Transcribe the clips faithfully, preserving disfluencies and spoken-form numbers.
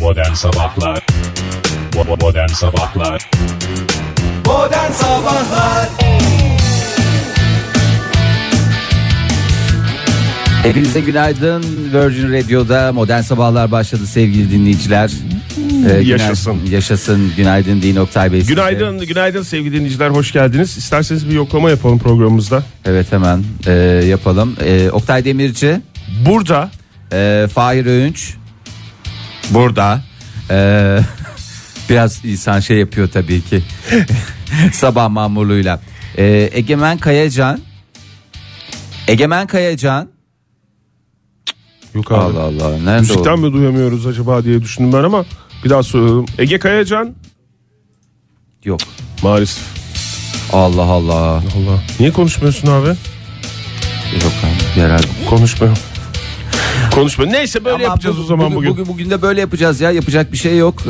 Modern Sabahlar Modern Sabahlar Modern Sabahlar Hepinize günaydın. Virgin Radio'da Modern Sabahlar başladı sevgili dinleyiciler. Ee, Yaşasın. Günaydın, yaşasın. Günaydın deyin Oktay Bey. Size. Günaydın, günaydın sevgili dinleyiciler, hoş geldiniz. İsterseniz bir yoklama yapalım programımızda. Evet, hemen e, yapalım. E, Oktay Demirci. Burada. E, Fahir Öğünç. Burada. E, biraz insan şey yapıyor tabii ki. Sabah mamurluğuyla. E, Egemen Kayacan. Egemen Kayacan. Yok abi. Allah Allah. Nerede Müzikten o? mi duyamıyoruz acaba diye düşündüm ben ama bir daha söylüyorum. Ege Kayacan. Yok. Maalesef. Allah Allah. Allah. Niye konuşmuyorsun abi? Yok abi, herhalde. Konuşmuyor. Konuşmuyor. Neyse böyle Ama yapacağız bu- o zaman bugün. bugün. Bugün de böyle yapacağız ya. Yapacak bir şey yok. Ee,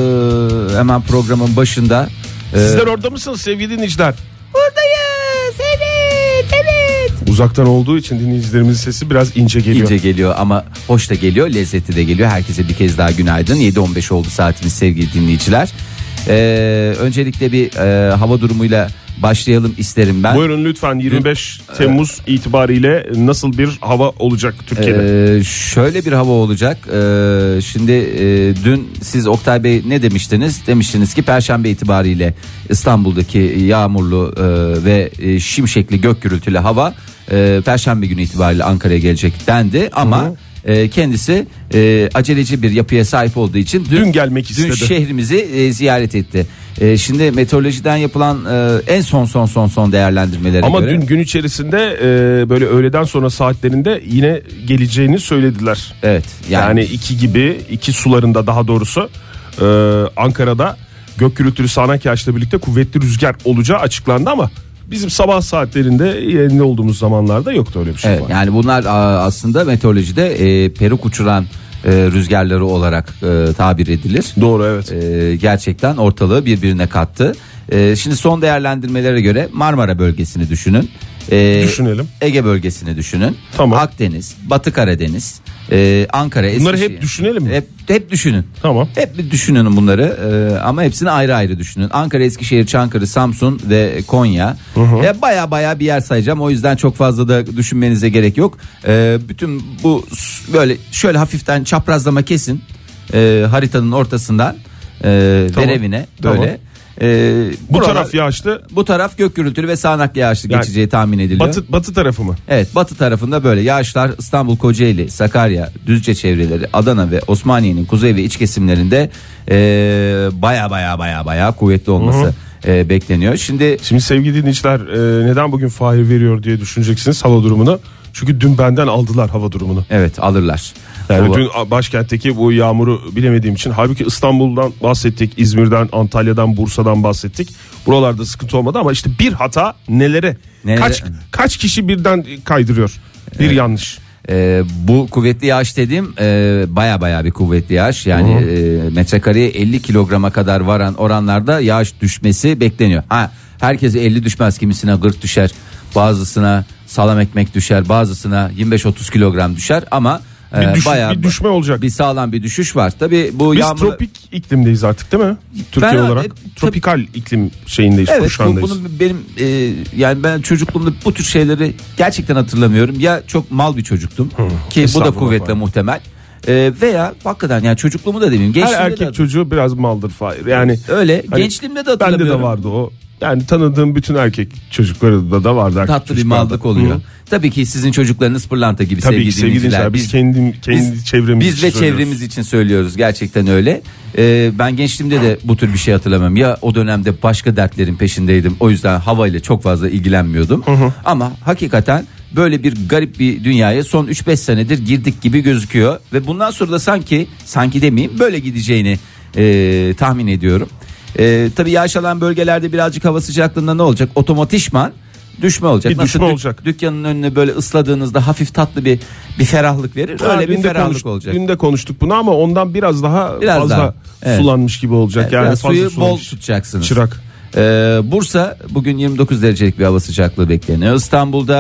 hemen programın başında. Ee, Sizler orada mısınız sevgili dinleyiciler? buradayız. Evet, evet. Uzaktan olduğu için dinleyicilerimizin sesi biraz ince geliyor. İnce geliyor ama hoş da geliyor, lezzetli de geliyor. Herkese bir kez daha günaydın. yedi on beş oldu saatimiz sevgili dinleyiciler. Ee, öncelikle bir e, hava durumuyla başlayalım isterim ben. Buyurun lütfen, yirmi beş Temmuz itibariyle nasıl bir hava olacak Türkiye'de? Ee, şöyle bir hava olacak. Ee, şimdi e, dün siz Oktay Bey ne demiştiniz? Demiştiniz ki Perşembe itibariyle İstanbul'daki yağmurlu e, ve e, şimşekli gök gürültülü hava e, Perşembe günü itibariyle Ankara'ya gelecek dendi. Ama Hı hı. e, kendisi e, aceleci bir yapıya sahip olduğu için dün, Dün gelmek istedi. Dün şehrimizi e, ziyaret etti. E, şimdi meteorolojiden yapılan e, en son son son son değerlendirmelere Ama göre. dün gün içerisinde e, böyle öğleden sonra saatlerinde yine geleceğini söylediler. Evet. Yani, iki gibi, iki sularında daha doğrusu e, Ankara'da gök gürültülü sağanak yağışla birlikte kuvvetli rüzgar olacağı açıklandı ama bizim sabah saatlerinde yayında olduğumuz zamanlarda yoktu öyle bir şey. Evet, var. yani bunlar a, aslında meteorolojide e, peruk uçuran e, rüzgarları olarak e, tabir edilir. Doğru, evet. E, gerçekten ortalığı birbirine kattı. E, şimdi son değerlendirmelere göre Marmara bölgesini düşünün. E, Düşünelim. Ege bölgesini düşünün. Tamam. Akdeniz, Batı Karadeniz, e, Ankara, Bunları Eskişehir. hep düşünelim mi? Hep, hep düşünün. Tamam. Hep bir düşünün bunları e, ama hepsini ayrı ayrı düşünün. Ankara, Eskişehir, Çankırı, Samsun ve Konya. E, baya baya bir yer sayacağım. O yüzden çok fazla da düşünmenize gerek yok. E, bütün bu s- böyle şöyle hafiften çaprazlama kesin e, haritanın ortasından e, Tamam. verevine Tamam. böyle. E, Bu buralar- taraf yağışlı. bu taraf gök gürültülü ve sağanak yağışlı Yani geçeceği tahmin ediliyor. Batı, batı tarafı mı? Evet, batı tarafında böyle yağışlar İstanbul, Kocaeli, Sakarya, Düzce çevreleri, Adana ve Osmaniye'nin kuzey ve iç kesimlerinde e, baya baya baya baya kuvvetli olması e, bekleniyor. Şimdi Şimdi sevgili dinleyiciler, e, neden bugün Fahir veriyor diye düşüneceksiniz hava durumunu. Çünkü dün benden aldılar hava durumunu. evet, alırlar. Yani O- dün başkentteki bu yağmuru bilemediğim için, halbuki İstanbul'dan bahsettik, İzmir'den, Antalya'dan, Bursa'dan bahsettik. Buralarda sıkıntı olmadı ama işte bir hata nelere? Nelere? Kaç kaç kişi birden kaydırıyor? Bir yanlış. E, bu kuvvetli yağış dediğim e, baya baya bir kuvvetli yağış. Yani e, metrekareye elli kilograma kadar varan oranlarda yağış düşmesi bekleniyor. Ha, herkese elli düşmez, kimisine kırk düşer, bazısına salam ekmek düşer, bazısına yirmi beş otuz kilogram düşer ama e, Bir, düş- bayağı bir düşme olacak. bir sağlam bir düşüş var. Tabii bu Biz yağmur tropik iklimdeyiz artık, değil mi? Türkiye Ben- olarak e, tabii- tropikal iklim şeyindeyiz, Evet, bu, kuşağındayız. bunu benim e, yani ben çocukluğumda bu tür şeyleri gerçekten hatırlamıyorum. Ya çok mal bir çocuktum ki bu da estağfurullah kuvvetle falan. muhtemel. E, veya hakikaten yani çocukluğumu da demeyeyim. Her Gençliğimde erkek de, çocuğu biraz maldır Fahir. Yani öyle hani gençliğimde de bende hatırlamıyorum. de vardı o. Yani tanıdığım bütün erkek çocukları da, da vardı. erkek Tatlı bir çocuklarda. mallık oluyor. Hı. Tabii ki sizin çocuklarınız pırlanta gibi Tabii sevgili ki sevgili dinleyiciler. dinleyiciler. Biz, kendi, kendi biz- çevremiz Biz için ve söylüyoruz. çevremiz için söylüyoruz, gerçekten öyle. Ee, ben gençliğimde de bu tür bir şey hatırlamam. Ya o dönemde başka dertlerin peşindeydim. O yüzden havayla çok fazla ilgilenmiyordum. Ama hakikaten böyle bir garip bir dünyaya son üç beş senedir girdik gibi gözüküyor. Ve bundan sonra da sanki sanki demeyeyim böyle gideceğini e, tahmin ediyorum. E, tabii yağış alan bölgelerde birazcık hava sıcaklığında ne olacak? Otomatikman düşme olacak. Bir Nasıl düşme dük- olacak. Dükkanın önünü böyle ısladığınızda hafif tatlı bir bir ferahlık verir. Ha, Öyle bir dün de ferahlık konuş- olacak. Dün de konuştuk bunu ama ondan biraz daha Biraz fazla daha, evet. sulanmış gibi olacak. Evet, yani biraz fazla suyu bol sulanmış. tutacaksınız. Çırak. Ee, Bursa bugün yirmi dokuz derecelik bir hava sıcaklığı bekleniyor. İstanbul'da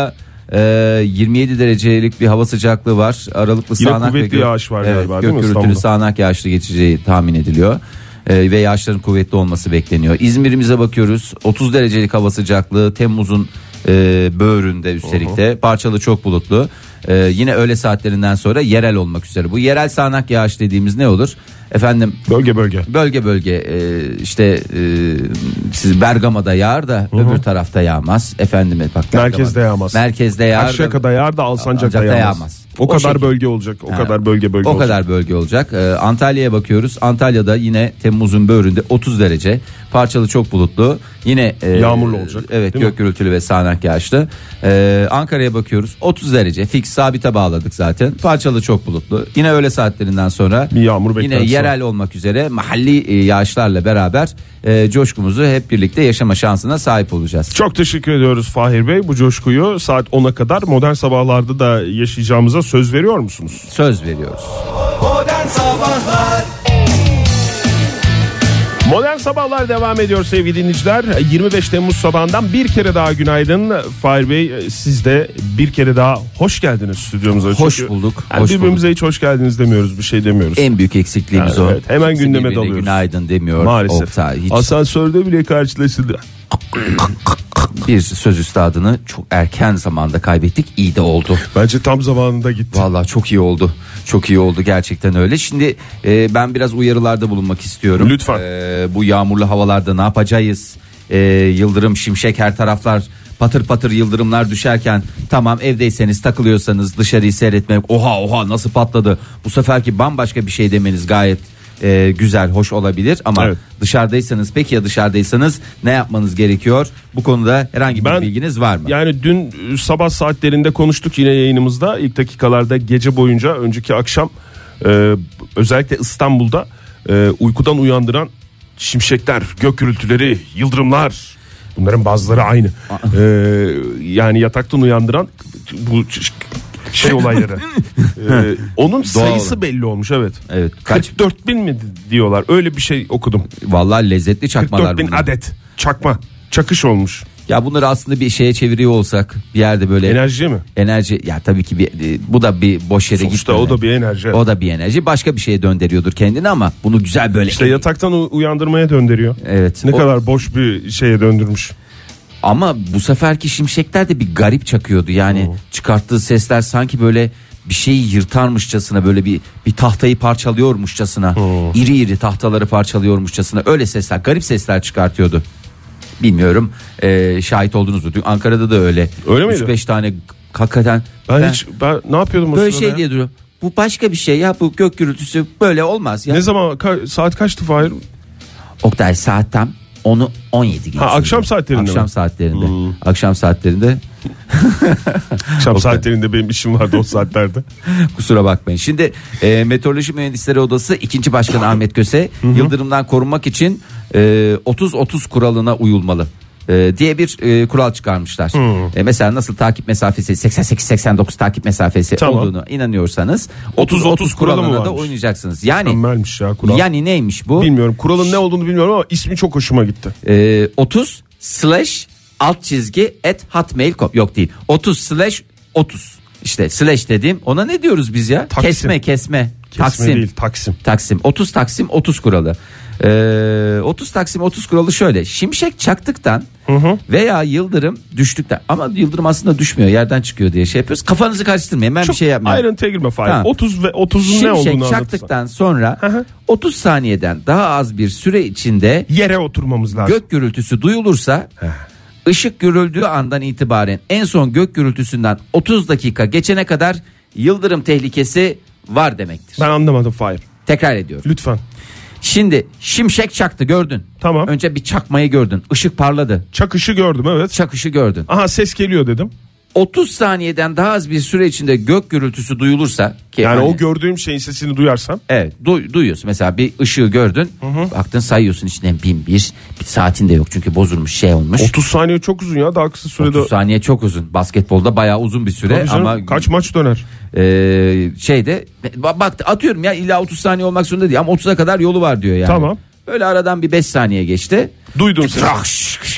Ee, yirmi yedi derecelik bir hava sıcaklığı var. Aralıklı Yine sağanak ve kuvvetli gök- yağış var evet, galiba, değil gök mi gürültülü İstanbul'da? sağanak yağışlı geçeceği tahmin ediliyor. Ee, ve yağışların kuvvetli olması bekleniyor. İzmir'imize bakıyoruz. otuz derecelik hava sıcaklığı Temmuz'un e, böğründe üstelik de parçalı çok bulutlu. Ee, yine öğle saatlerinden sonra yerel olmak üzere. Bu yerel sağanak yağış dediğimiz ne olur? Efendim Bölge bölge. bölge bölge e, işte e, siz Bergama'da yağar da öbür tarafta yağmaz. Efendime bak Bergama'da- Merkezde yağmaz. Merkezde yağar. Aşağıda yağar da Alsancak'ta Alsancak'ta yağmaz. yağmaz. O, O kadar şekil. bölge olacak. O Ha. kadar bölge bölge O olacak. kadar bölge olacak. Ee, Antalya'ya bakıyoruz. Antalya'da yine Temmuz'un böğründe otuz derece. Parçalı çok bulutlu. Yine e, Yağmurlu olacak, Evet, değil mi? gök gürültülü ve sağanak yağışlı. Ee, Ankara'ya bakıyoruz. otuz derece. Fix sabite bağladık zaten. Parçalı çok bulutlu. Yine öğle saatlerinden sonra Bir yağmur yine beklentisi yerel olmak üzere mahalli e, yağışlarla beraber e, coşkumuzu hep birlikte yaşama şansına sahip olacağız. Çok teşekkür ediyoruz Fahir Bey. Bu coşkuyu saat ona kadar modern sabahlarda da yaşayacağımıza söz veriyor musunuz? Söz veriyoruz. Modern Sabahlar Modern Sabahlar devam ediyor sevgili dinleyiciler. yirmi beş Temmuz sabahından bir kere daha günaydın. Fahir Bey, siz de bir kere daha hoş geldiniz stüdyomuza. Hoş Çünkü bulduk, yani hoş birbirimize hiç hoş geldiniz demiyoruz, bir şey demiyoruz. En büyük eksikliğimiz Yani o. evet, hemen Kimse gündeme birbirine dalıyoruz. Günaydın demiyor. Maalesef. Oktay, hiç Asansörde bile karşılaşıldı. bir söz üstadını çok erken zamanda kaybettik. İyi de oldu. Bence tam zamanında gitti. Vallahi çok iyi oldu. Çok iyi oldu, gerçekten öyle. Şimdi e, ben biraz uyarılarda bulunmak istiyorum. Lütfen. E, bu yağmurlu havalarda ne yapacağız? E, yıldırım, şimşek, her taraflar patır patır yıldırımlar düşerken, tamam evdeyseniz takılıyorsanız dışarıyı seyretmek, oha oha nasıl patladı, bu seferki bambaşka bir şey demeniz gayet e, güzel, hoş olabilir ama Evet. dışarıdaysanız, peki ya dışarıdaysanız ne yapmanız gerekiyor? Bu konuda herhangi bir Ben- bilginiz var mı? Yani dün sabah saatlerinde konuştuk yine yayınımızda, ilk dakikalarda, gece boyunca, önceki akşam e, özellikle İstanbul'da e, uykudan uyandıran şimşekler, gök gürültüleri, yıldırımlar, bunların bazıları aynı. E, yani yataktan uyandıran bu şey olayları. e, onun sayısı olarak. belli olmuş, evet. Evet, kaç? kırk dört bin mi diyorlar, öyle bir şey okudum. Vallahi lezzetli çakmalar kırk dört bin bunlar. adet çakma, çakış olmuş. Ya bunları aslında bir şeye çeviriyor olsak, bir yerde böyle Enerji mi? enerji, ya tabii ki bir, e, bu da bir boş yere Sonuçta gitmedi. o da bir enerji. O da bir enerji, başka bir şeye döndürüyordur kendini ama bunu güzel böyle. İşte yataktan u- uyandırmaya döndürüyor. Evet. Ne O- kadar boş bir şeye döndürmüş. Ama bu seferki şimşekler de bir garip çakıyordu. Yani çıkarttığı sesler sanki böyle bir şeyi yırtarmışçasına, böyle bir bir tahtayı parçalıyormuşçasına, iri iri tahtaları parçalıyormuşçasına, öyle sesler, garip sesler çıkartıyordu. Bilmiyorum e, şahit oldunuz mu? Dün Ankara'da da öyle. Öyle miydi? üç beş tane hakikaten. Ben, hiç ben ne yapıyordum o böyle sırada şey ya? diye duruyor. Bu başka bir şey ya, bu gök gürültüsü böyle olmaz ya. Ne zaman ka- saat kaçtı Fahir? Oktay, saat tam onu on yedi geçiyor. Ha, akşam saatlerinde Akşam mi? saatlerinde. Hmm. Akşam saatlerinde. Akşam saatlerinde benim işim vardı o saatlerde. Kusura bakmayın. Şimdi e, Meteoroloji Mühendisleri Odası ikinci Başkanı Ahmet Köse, yıldırımdan korunmak için e, otuz otuz kuralına uyulmalı e, diye bir e, kural çıkarmışlar. E, mesela nasıl takip mesafesi seksen sekiz seksen dokuz takip mesafesi Tamam. olduğunu inanıyorsanız otuz otuz otuz kuralı mı kuralına da varmış? oynayacaksınız. Yani Mükemmelmiş ya kural. yani neymiş bu? Bilmiyorum, kuralın ne olduğunu bilmiyorum ama ismi çok hoşuma gitti. E, otuz slash alt çizgi at hotmail nokta com, yok değil, otuz slash otuz, işte slash dediğim, ona ne diyoruz biz ya? Taksim. Kesme kesme. Kesme Taksim. değil, Taksim. Taksim. otuz Taksim otuz kuralı. Ee, otuz Taksim otuz kuralı şöyle: şimşek çaktıktan veya yıldırım düştükten, ama yıldırım aslında düşmüyor, yerden çıkıyor diye şey yapıyoruz. Kafanızı karıştırmayın, ben Çok bir şey yapmıyorum. ayrıntıya girme Fahir. Tamam. otuz ve otuzun ne Şimşek olduğunu anlatırsan. çaktıktan sonra Hı hı. otuz saniyeden daha az bir süre içinde Yere oturmamız lazım. gök gürültüsü duyulursa, ışık görüldüğü andan itibaren en son gök gürültüsünden otuz dakika geçene kadar yıldırım tehlikesi var demektir. Ben anlamadım Fahir. Tekrar ediyorum. Lütfen. Şimdi şimşek çaktı, gördün. Tamam. Önce bir çakmayı gördün. Işık parladı. Çakışı gördüm, evet. Çakışı gördün. Aha, ses geliyor dedim. otuz saniyeden daha az bir süre içinde gök gürültüsü duyulursa ki Yani hani- o gördüğüm şeyin sesini duyarsam. evet duy- duyuyorsun. Mesela bir ışığı gördün. Baktın, sayıyorsun içinden bin bir. Bir saatin de yok çünkü bozulmuş, şey olmuş. otuz saniye çok uzun ya, daha kısa sürede. otuz saniye çok uzun. Basketbolda bayağı uzun bir süre Tabii canım, ama kaç maç döner? e, şeyde ba- bak atıyorum ya, illa otuz saniye olmak zorunda değil ama otuza kadar yolu var diyor yani. Tamam. Böyle aradan bir beş saniye geçti. Duydum seni.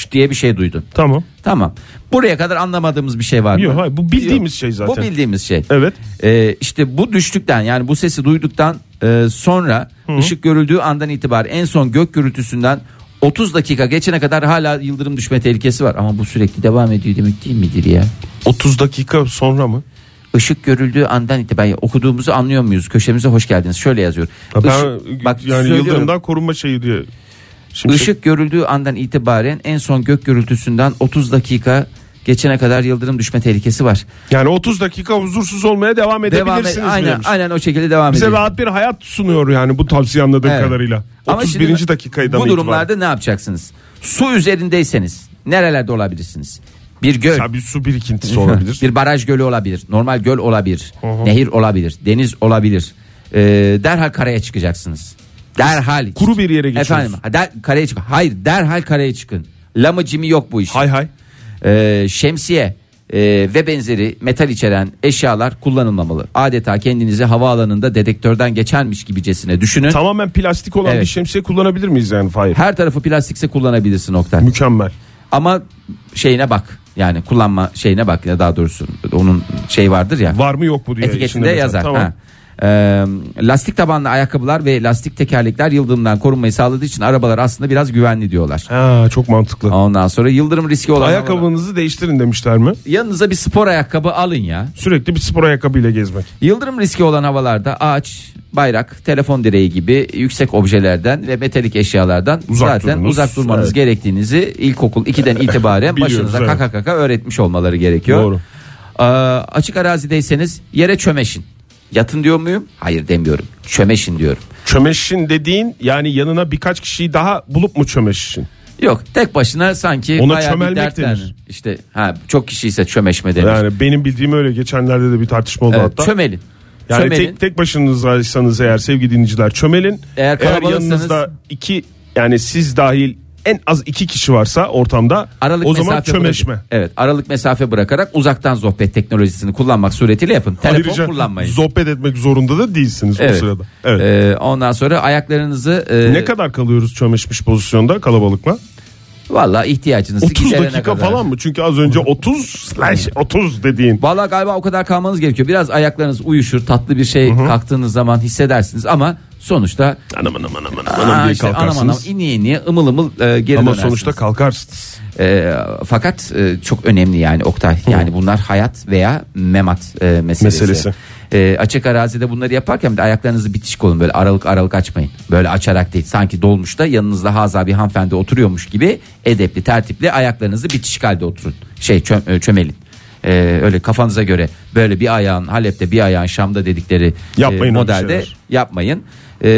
üç diye bir şey duydun. Tamam. Tamam. Buraya kadar anlamadığımız bir şey var mı? Yok, hayır, bu bildiğimiz Yok. şey zaten. Bu bildiğimiz şey. Evet. Ee, işte bu düştükten, yani bu sesi duyduktan e, sonra Hı. ışık görüldüğü andan itibaren en son gök gürültüsünden otuz dakika geçene kadar hala yıldırım düşme tehlikesi var. Ama bu sürekli devam ediyor demek değil midir ya? otuz dakika sonra mı? Işık görüldüğü andan itibaren okuduğumuzu anlıyor muyuz? Köşemize hoş geldiniz. Şöyle yazıyor. Ha, ben, Işık, bak, yani yıldırımdan korunma şeyi diye. Şimdi Işık görüldüğü andan itibaren en son gök gürültüsünden otuz dakika geçene kadar yıldırım düşme tehlikesi var. Yani otuz dakika huzursuz olmaya devam edebilirsiniz. Devam et, aynen, demiş. aynen o şekilde devam Bize edelim. rahat bir hayat sunuyor yani bu tavsiye anladığım Evet. kadarıyla. Ama otuz birinci şimdi dakikaydan bu durumlarda itibaren. ne yapacaksınız? Su üzerindeyseniz nerelerde olabilirsiniz? Bir göl. Ya bir su birikintisi olabilir. Bir baraj gölü olabilir. Normal göl olabilir. Hı-hı. Nehir olabilir. Deniz olabilir. Ee, derhal karaya çıkacaksınız. Derhal. Kuru bir yere geçiyoruz. Efendim, der, karaya çıkın. Hayır, derhal karaya çıkın. Lama cimi yok bu iş. Hay hay. Ee, şemsiye e, ve benzeri metal içeren eşyalar kullanılmamalı. Adeta kendinizi havaalanında dedektörden geçermiş gibicesine düşünün. Tamamen plastik olan Evet. bir şemsiye kullanabilir miyiz yani Fahir? Her tarafı plastikse kullanabilirsin Oktay. Mükemmel. Ama şeyine bak. Yani kullanma şeyine bak, ya daha doğrusu onun şey vardır ya. Var mı yok mu diye. Etiketinde içinde yazar. Tamam. Ha. Ee, lastik tabanlı ayakkabılar ve lastik tekerlekler yıldırımdan korunmayı sağladığı için arabalar aslında biraz güvenli diyorlar. Ha, çok mantıklı. Ondan sonra yıldırım riski olan Ayakkabınızı değiştirin demişler mi? yanınıza bir spor ayakkabı alın ya. Sürekli bir spor ayakkabıyla gezmek. Yıldırım riski olan havalarda ağaç, bayrak, telefon direği gibi yüksek objelerden ve metalik eşyalardan Uzak zaten durunuz. uzak durmanız Evet. gerektiğinizi ilkokul ikiden itibaren Biliyoruz, başınıza evet. kaka kaka öğretmiş olmaları gerekiyor. Doğru. Ee, açık arazideyseniz yere çömeşin. Yatın diyor muyum? Hayır demiyorum. Çömeşin diyorum. Çömeşin dediğin yani yanına birkaç kişiyi daha bulup mu çömeşin? Yok, tek başına sanki Ona bayağı bir çömelmek dertlen. denir. İşte ha, çok kişiyse çömeşme denir. Yani benim bildiğim öyle, geçenlerde de bir tartışma oldu Evet, hatta. çömelin. Yani Çömelin. tek tek başınızaysanız eğer sevgili dinleyiciler çömelin. Eğer Eğer kalabalıksanız- yanınızda iki, yani siz dahil en az iki kişi varsa ortamda Aralık o zaman mesafe çömeşme. bırakın. Evet, aralık mesafe bırakarak uzaktan sohbet teknolojisini kullanmak suretiyle yapın. Telefon Ayrıca kullanmayın. sohbet etmek zorunda da değilsiniz Evet. o sırada. Evet. Ee, ondan sonra ayaklarınızı e, Ne kadar kalıyoruz çömeşmiş pozisyonda kalabalıkla? valla ihtiyacınızı otuz giderene dakika kadar. falan mı? Çünkü az önce otuz slash otuz dediğin. Valla galiba o kadar kalmanız gerekiyor. Biraz ayaklarınız uyuşur, tatlı bir şey kalktığınız zaman hissedersiniz ama sonuçta Anam anam anam anam aa, anam diye işte anam kalkarsınız. anam iniye iniye ımıl ımıl e, geri Ama dönersiniz. sonuçta kalkarsınız. E, fakat e, çok önemli yani Oktay. Yani bunlar hayat veya memat e, meselesi. Meselesi. E, açık arazide bunları yaparken bir de ayaklarınızı bitişik olun, böyle aralık aralık açmayın. Böyle açarak değil, sanki dolmuşta yanınızda haza bir hanımefendi oturuyormuş gibi edepli tertipli ayaklarınızı bitişik halde oturun. Şey çö, e, çömelin. E, öyle kafanıza göre böyle bir ayağın Halep'te bir ayağın Şam'da dedikleri Yapmayın öyle modelde şeyler. yapmayın. E,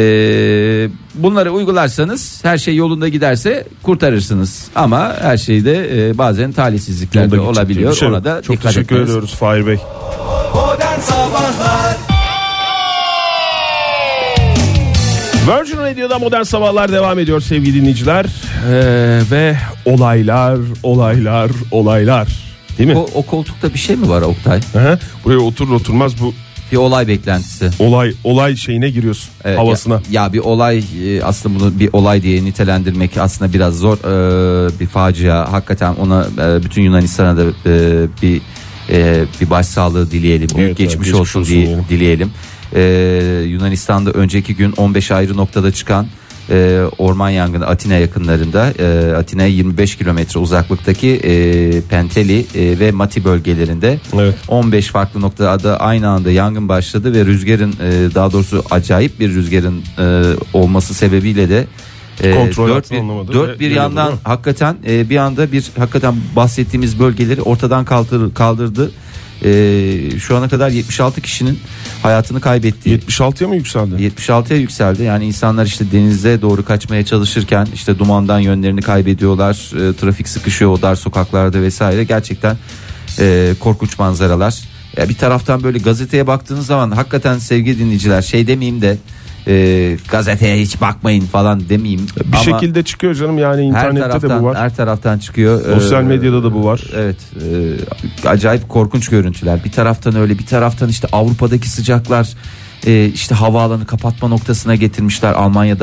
bunları uygularsanız her şey yolunda giderse kurtarırsınız. Ama her şeyde e, bazen talihsizlikler de Yolda gidecek olabiliyor. bir şey yok. Ona da Çok dikkat teşekkür etmeniz. ediyoruz Fahir Bey. Modern Sabahlar Virgin Radio'da Modern Sabahlar devam ediyor sevgili dinleyiciler. Ee, ve olaylar, olaylar, olaylar. Değil mi? O, o koltukta bir şey mi var Oktay? Hı-hı. Buraya oturur oturmaz bu Bir olay beklentisi. olay olay şeyine giriyorsun, Evet, havasına. Ya, ya bir olay e, aslında bunu bir olay diye nitelendirmek aslında biraz zor. Ee, bir facia. Hakikaten ona e, bütün Yunanistan'a da e, bir e, bir başsağlığı dileyelim. Büyük evet, geçmiş, geçmiş olsun, olsun diye, diyelim. dileyelim. Ee, Yunanistan'da önceki gün on beş ayrı noktada çıkan e, orman yangını Atina yakınlarında, e, Atina'ya yirmi beş kilometre uzaklıktaki e, Penteli e, ve Mati bölgelerinde Evet. on beş farklı noktada aynı anda yangın başladı ve rüzgarın e, daha doğrusu acayip bir rüzgarın e, olması sebebiyle de e, Kontrol dört altına bir, alınamadı dört ve bir yayıldı, yandan değil mi? hakikaten e, bir anda bir hakikaten bahsettiğimiz bölgeleri ortadan kaldır, kaldırdı. E, şu ana kadar yetmiş altı kişinin hayatını kaybetti. yetmiş altıya mı yükseldi? yetmiş altıya yükseldi. Yani insanlar işte denize doğru kaçmaya çalışırken işte dumandan yönlerini kaybediyorlar. E, trafik sıkışıyor o dar sokaklarda vesaire. Gerçekten e, korkunç manzaralar. Ya bir taraftan böyle gazeteye baktığınız zaman hakikaten sevgili dinleyiciler şey demeyeyim de e, gazeteye hiç bakmayın falan demeyeyim. Bir Ama şekilde çıkıyor canım, yani her internette taraftan, de bu var. her taraftan çıkıyor. Sosyal Ee, medyada da bu var. Evet, e, acayip korkunç görüntüler. Bir taraftan öyle, bir taraftan işte Avrupa'daki sıcaklar e, işte havaalanı kapatma noktasına getirmişler Almanya'da.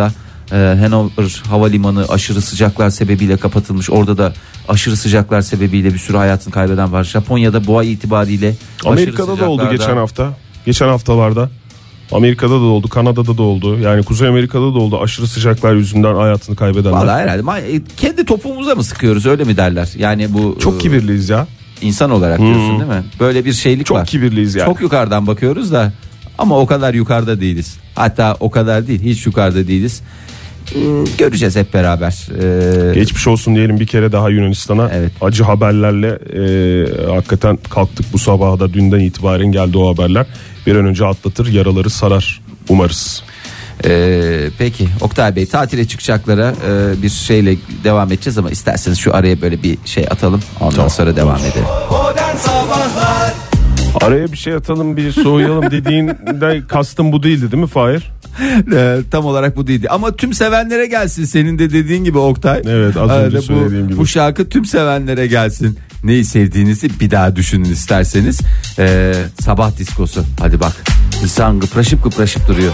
e, Hanover Havalimanı aşırı sıcaklar sebebiyle kapatılmış. Orada da aşırı sıcaklar sebebiyle bir sürü hayatını kaybeden var. Japonya'da bu ay itibariyle Amerika'da da oldu geçen hafta. Geçen haftalarda Amerika'da da oldu, Kanada'da da oldu. Yani Kuzey Amerika'da da oldu. Aşırı sıcaklar yüzünden hayatını kaybedenler. Vallahi herhalde kendi topumuza mı sıkıyoruz, öyle mi derler? Yani bu çok kibirliyiz ya. İnsan olarak diyorsun hmm. değil mi? Böyle bir şeylik çok var. Çok kibirliyiz yani. Çok yukarıdan bakıyoruz da ama o kadar yukarıda değiliz. Hatta o kadar değil, hiç yukarıda değiliz. Hmm, göreceğiz hep beraber. Ee... Geçmiş olsun diyelim bir kere daha Yunanistan'a. Evet. Acı haberlerle e, hakikaten kalktık bu sabah da, dünden itibaren geldi o haberler. Bir an önce atlatır, yaraları sarar umarız. Ee, peki Oktay Bey, tatile çıkacaklara e, bir şeyle devam edeceğiz ama isterseniz şu araya böyle bir şey atalım, ondan tamam, sonra devam olur. edelim. Modern Sabahlar. Araya bir şey atalım, bir soğuyalım dediğinden kastım bu değildi değil mi Fahir? e, tam olarak bu değildi ama tüm sevenlere gelsin, senin de dediğin gibi Oktay. Evet, az önce bu, söylediğim gibi. Bu şarkı tüm sevenlere gelsin. Neyi sevdiğinizi bir daha düşünün isterseniz. Ee, sabah diskosu, hadi bak, insan kıpraşıp kıpraşıp duruyor.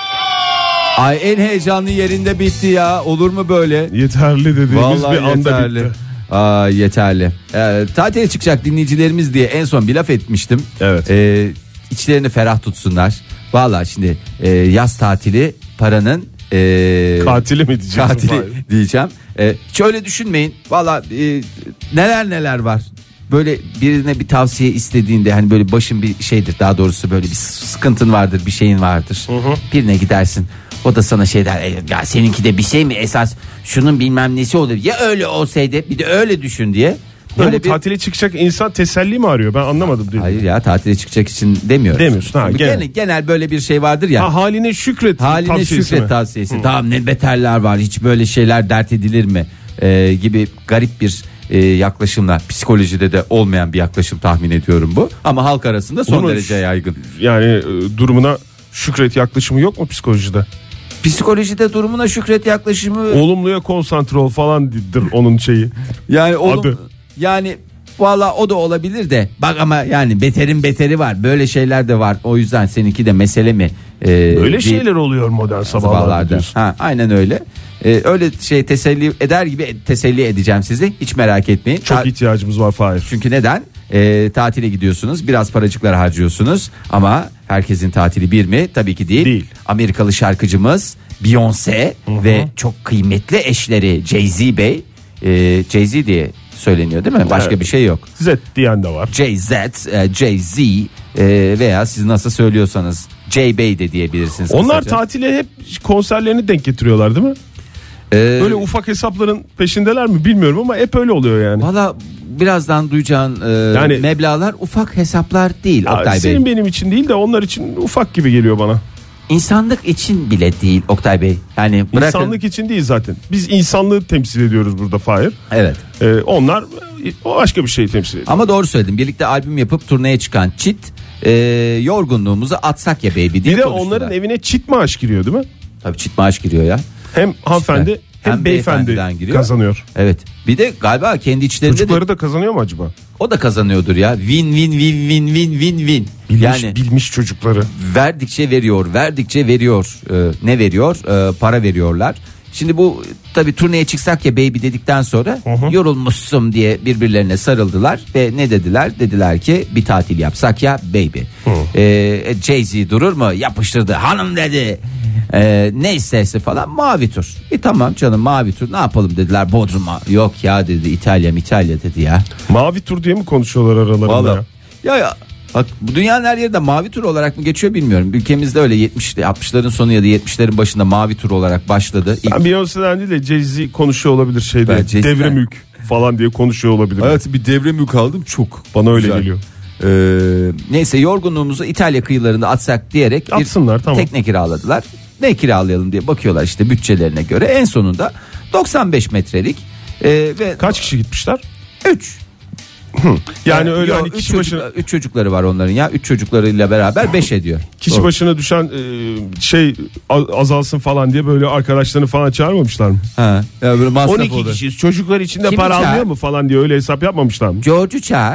Ay en heyecanlı yerinde bitti ya, olur mu böyle? Yeterli dediğimiz vallahi bir anda yeterli. Bitti. Aa, yeterli. Ee, tatile çıkacak dinleyicilerimiz diye en son bir laf etmiştim. Evet. Ee, içlerini ferah tutsunlar. Vallahi şimdi e, yaz tatili paranın e, katili mi diyeceğim? Katili diyeceğim. E, hiç öyle düşünmeyin. Vallahi e, neler neler var. Böyle birine bir tavsiye istediğinde, hani böyle başın bir şeydir, daha doğrusu böyle bir sıkıntın vardır, bir şeyin vardır. Hı hı. Birine gidersin. O da sana şey der, e, ya seninki de bir şey mi, esas şunun bilmem nesi olur, ya öyle olsaydı, bir de öyle düşün diye. Böyle bir... tatile çıkacak insan teselli mi arıyor, ben anlamadım. Hayır ya, tatile çıkacak için demiyoruz. Demiyorsun ha, genel. genel genel böyle bir şey vardır ya. Ha, haline şükret haline tavsiyesi şükret mi? tavsiyesi. Tamam, ne beterler var, hiç böyle şeyler dert edilir mi ee, gibi garip bir e, yaklaşımla, psikolojide de olmayan bir yaklaşım tahmin ediyorum bu, ama halk arasında son Bunun derece yaygın. Yani e, durumuna şükret yaklaşımı yok mu psikolojide? Psikolojide durumuna şükret yaklaşımı, olumluya konsantre ol falandır onun şeyi. Yani olum, adı. Yani valla o da olabilir de bak, ama yani beterin beteri var, böyle şeyler de var. O yüzden seninki de mesele mi? Ee, böyle şeyler oluyor modern sabahlarda. Ha, aynen öyle. Ee, öyle şey teselli eder gibi teselli edeceğim sizi, hiç merak etmeyin. Çok Ta- ihtiyacımız var Fahir. Çünkü neden? Ee, tatile gidiyorsunuz, biraz paracıklar harcıyorsunuz ama herkesin tatili bir mi? Tabii ki değil. Değil. Amerikalı şarkıcımız Beyoncé Hı-hı. ve çok kıymetli eşleri Jay-Z Bey, e, Jay-Z diye söyleniyor değil mi? Başka evet. bir şey yok. Z diyen de var. Jay-Z, e, Jay-Z e, veya siz nasıl söylüyorsanız J-Bey de diyebilirsiniz. Onlar kısaca. Tatile hep konserlerini denk getiriyorlar değil mi? Ee, Böyle ufak hesapların peşindeler mi bilmiyorum ama hep öyle oluyor yani. Valla birazdan duyacağın e, yani, meblağlar ufak hesaplar değil ya, Oktay Bey. Senin benim için değil de onlar için ufak gibi geliyor bana. İnsanlık için bile değil Oktay Bey. Yani bırakın... İnsanlık için değil zaten. Biz insanlığı temsil ediyoruz burada Fahir. Evet. Ee, onlar o başka bir şeyi temsil ediyor. Ama doğru söyledim. Birlikte albüm yapıp turneye çıkan çit e, yorgunluğumuzu atsak ya baby diye bir de konuştular. Onların evine çit maaş giriyor değil mi? Tabii çit maaş giriyor ya. Hem hanımefendi işte, hem, hem beyefendi kazanıyor. Evet. Bir de galiba kendi içlerinde çocukları de... da kazanıyor mu acaba? O da kazanıyordur ya. Win win win win win win win. Bilmiş, yani bilmiş çocukları. Verdikçe veriyor, verdikçe veriyor. Ee, ne veriyor? Ee, para veriyorlar. Şimdi bu tabii turneye çıksak ya baby dedikten sonra uh-huh. yorulmuşsun diye birbirlerine sarıldılar ve ne dediler? Dediler ki bir tatil yapsak ya baby. Uh-huh. Ee, Jay-Z durur mu? Yapıştırdı. Hanım dedi. Ee, ne isterse falan, mavi tur. E tamam canım, mavi tur, ne yapalım dediler Bodrum'a. Yok ya dedi, İtalya İtalya dedi ya. Mavi tur diye mi konuşuyorlar aralarında? Vallahi. Ya ya bak, bu dünyanın her yerinde mavi tur olarak mı geçiyor bilmiyorum. Ülkemizde öyle yetmişli altmışların sonu ya da yetmişlerin başında mavi tur olarak başladı. İlk... Ben Beyoncé'den değil de Jay-Z konuşuyor olabilir şeyde. Devre mülk falan diye konuşuyor olabilir. Evet, bir devre mülk aldım çok. Bana öyle güzel geliyor. Ee, neyse, yorgunluğumuzu İtalya kıyılarında atsak diyerek Atsınlar, bir tamam. tekne kiraladılar. Ne kiralayalım diye bakıyorlar işte bütçelerine göre. En sonunda doksan beş metrelik e, ve kaç kişi gitmişler? üç. Yani, yani öyle yo, hani üç kişi çocuk, başına üç çocukları var onların ya. Üç çocuklarıyla beraber beş ediyor. Kişi Doğru. başına düşen e, şey azalsın falan diye böyle arkadaşlarını falan çağırmamışlar mı? Ha. Ya böyle on iki kişiyiz. Çocuklar içinde Kimi para çağır? almıyor mu falan diye öyle hesap yapmamışlar mı? George'u çağır.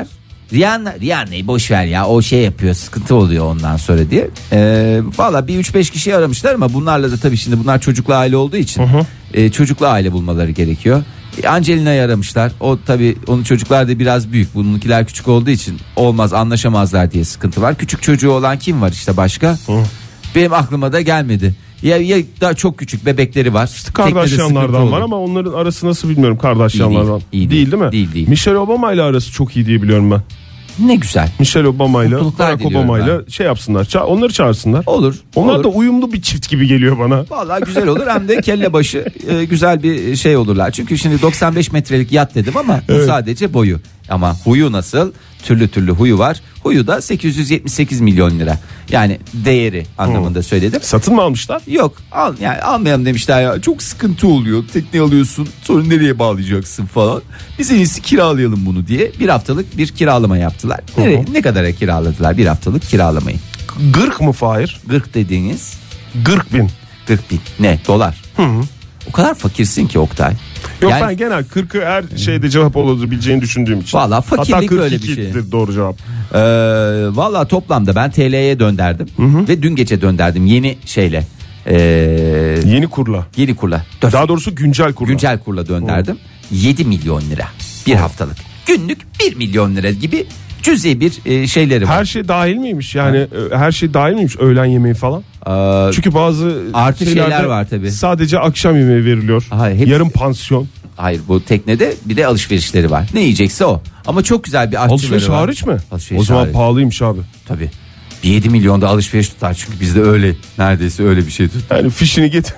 Rihanna, Rihanna'yı boş ver ya, o şey yapıyor, sıkıntı oluyor ondan sonra diye. Ee, Valla bir üç beş kişi aramışlar ama bunlarla da tabii şimdi bunlar çocuklu aile olduğu için hı hı. E, çocuklu aile bulmaları gerekiyor. E, Angelina'yı aramışlar. O tabii onun çocuklar da biraz büyük. Bununkiler küçük olduğu için olmaz, anlaşamazlar diye sıkıntı var. Küçük çocuğu olan kim var işte başka? Hı. Benim aklıma da gelmedi. Ya, ya daha çok küçük bebekleri var. İşte Kardashianlardan var ama onların arası nasıl bilmiyorum, Kardashianlardan. İyi değil, iyi değil değil mi? Değil değil. Michelle Obama ile arası çok iyi diye biliyorum ben. Ne güzel. Michelle Obama ile Barack Obama ile şey yapsınlar. Ça- onları çağırsınlar. Olur. Onlar olur. da uyumlu bir çift gibi geliyor bana. Vallahi güzel olur, hem de kelle başı e, güzel bir şey olurlar. Çünkü şimdi doksan beş metrelik yat dedim ama bu evet. sadece boyu. Ama huyu nasıl? Türlü türlü huyu var. Huyu da sekiz yüz yetmiş sekiz milyon lira. Yani değeri anlamında hmm. söyledim. Satın mı almışlar? Yok, al yani almayalım demişler ya. Çok sıkıntı oluyor. Tekne alıyorsun, sonra nereye bağlayacaksın falan. Biz en iyisi kiralayalım bunu diye bir haftalık bir kiralama yaptılar. Nereye, ne kadara kiraladılar bir haftalık kiralamayı? Gırk mı Fahir? Gırk dediğiniz? Gırk bin. Gırk bin. Ne? Dolar. Hı hı. O kadar fakirsin ki Oktay. Yok yani, ben genel kırkı her şeyde cevap olabileceğini düşündüğüm için. Valla fakirlik böyle bir şey. Doğru cevap. Ee, Valla toplamda ben T L'ye dönderdim. Hı hı. Ve dün gece dönderdim yeni şeyle. Ee, yeni kurla. Yeni kurla. Dört, Daha doğrusu güncel kurla. Güncel kurla dönderdim. Hı. yedi milyon lira bir Hı. haftalık. Günlük bir milyon lira gibi cüzi bir e, şeyleri var. Her şey dahil miymiş yani ha. her şey dahil miymiş öğlen yemeği falan? Ee, Çünkü bazı artı şeyler var tabii. Sadece akşam yemeği veriliyor. Hayır, hep... Yarım pansiyon. Hayır, bu teknede bir de alışverişleri var. Ne yiyecekse o. Ama çok güzel bir aşçıları Alışveriş var. hariç mi? Alışveriş o zaman hariç. Pahalıymış abi. Tabii. Bir yedi milyonda alışveriş tutar çünkü bizde öyle neredeyse öyle bir şey tutar. Yani fişini getir.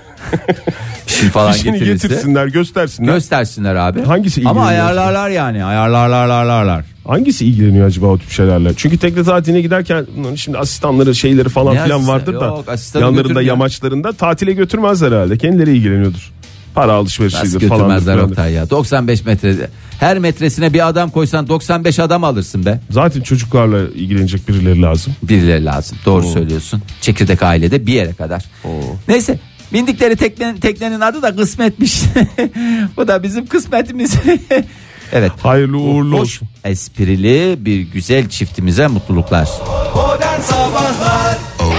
Fişini falan fişini getirirse. getirsinler, göstersinler. Göstersinler abi. Hangisi ama ayarlarlar yani. Ayarlarlarlarlar. Hangisi ilgileniyor acaba o tip şeylerle? Çünkü tekne tatiline giderken şimdi asistanları şeyleri falan ne filan vardır yok, da yanlarında yamaçlarında tatile götürmezler herhalde. Kendileri ilgileniyordur. Para alışverişidir falan. Götürmezler Oktay ya. doksan beş metrede. Her metresine bir adam koysan doksan beş adam alırsın be. Zaten çocuklarla ilgilenecek birileri lazım. Birileri lazım. Doğru Oo. söylüyorsun. Çekirdek ailede bir yere kadar. Oo. Neyse. Bindikleri teknenin, teknenin adı da kısmetmiş. Bu da bizim kısmetimiz. Evet. Hayırlı uğurlu Hoş, olsun. Esprili bir güzel çiftimize mutluluklar. Modern Sabahlar.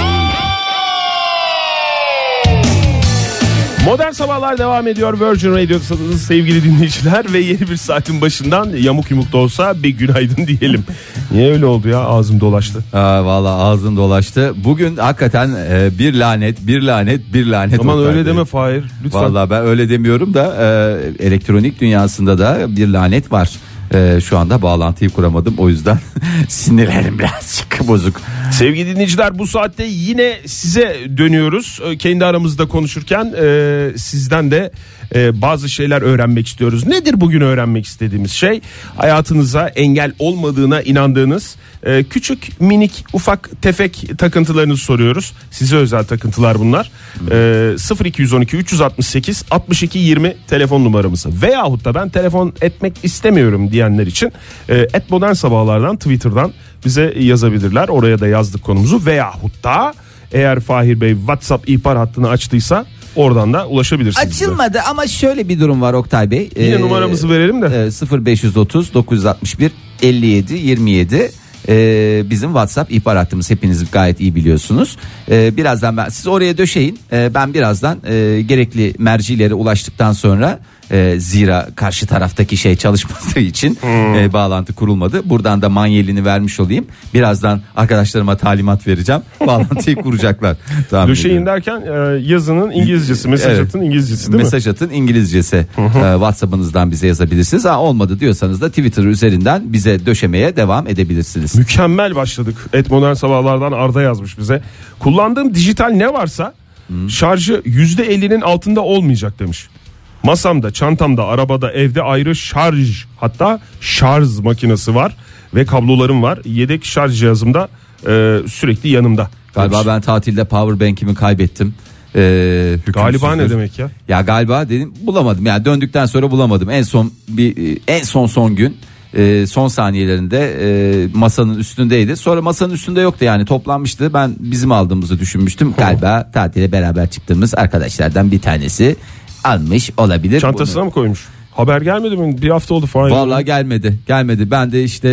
Modern Sabahlar devam ediyor Virgin Radio'da sevgili dinleyiciler ve yeni bir saatin başından yamuk yumuk da olsa bir günaydın diyelim. Niye öyle oldu ya, ağzım dolaştı. Aa, vallahi ağzın dolaştı. Bugün hakikaten e, bir lanet bir lanet bir lanet. Aman öyle deme Fahir lütfen. Vallahi ben öyle demiyorum da e, elektronik dünyasında da bir lanet var. Ee, şu anda bağlantıyı kuramadım, o yüzden sinirlerim birazcık bozuk. Sevgili dinleyiciler, bu saatte yine size dönüyoruz. Kendi aramızda konuşurken e, sizden de e, bazı şeyler öğrenmek istiyoruz. Nedir bugün öğrenmek istediğimiz şey? Hayatınıza engel olmadığına inandığınız e, küçük minik ufak tefek takıntılarınızı soruyoruz. Size özel takıntılar bunlar. E, sıfır iki on iki üç altı sekiz altmış iki yirmi telefon numaramız. Veyahut da ben telefon etmek istemiyorum diyenler için e, et modern sabahlardan Twitter'dan bize yazabilirler. Oraya da yazdık konumuzu. Veyahut da eğer Fahir Bey WhatsApp ihbar hattını açtıysa oradan da ulaşabilirsiniz. Açılmadı bize. Ama şöyle bir durum var Oktay Bey. Yine ee, numaramızı verelim de. E, sıfır beş otuz dokuz altmış bir elli yedi yirmi yedi Ee, bizim WhatsApp ihbar hattımız, hepiniz gayet iyi biliyorsunuz. Ee, birazdan ben siz oraya döşeyin. Ee, ben birazdan e, gerekli mercilere ulaştıktan sonra e, zira karşı taraftaki şey çalışmadığı için hmm. e, bağlantı kurulmadı. Buradan da manyelini vermiş olayım. Birazdan arkadaşlarıma talimat vereceğim. Bağlantıyı kuracaklar. Döşeyin derken e, yazının İngilizcesi, mesaj evet. atın İngilizcesi değil mesaj mi? Mesaj atın İngilizcesi. e, WhatsApp'ınızdan bize yazabilirsiniz. Ha, olmadı diyorsanız da Twitter üzerinden bize döşemeye devam edebilirsiniz. Mükemmel başladık. Et Modern Sabahlardan Arda yazmış bize. Kullandığım dijital ne varsa hmm. şarjı yüzde ellinin altında olmayacak demiş. Masamda, çantamda, arabada, evde ayrı şarj, hatta şarj makinesi var ve kablolarım var. Yedek şarj cihazım da e, sürekli yanımda. Galiba demiş. Ben tatilde power bank'imi kaybettim. Ee, galiba ne demek ya? Ya galiba dedim, bulamadım. Yani döndükten sonra bulamadım. En son bir en son son gün e, son saniyelerinde e, masanın üstündeydi. Sonra masanın üstünde yoktu, yani toplanmıştı. Ben bizim aldığımızı düşünmüştüm. Galiba tatile beraber çıktığımız arkadaşlardan bir tanesi almış olabilir. Çantasına bunu. Mı koymuş? Haber gelmedi mi? Bir hafta oldu falan. Vallahi gelmedi. Gelmedi. Ben de işte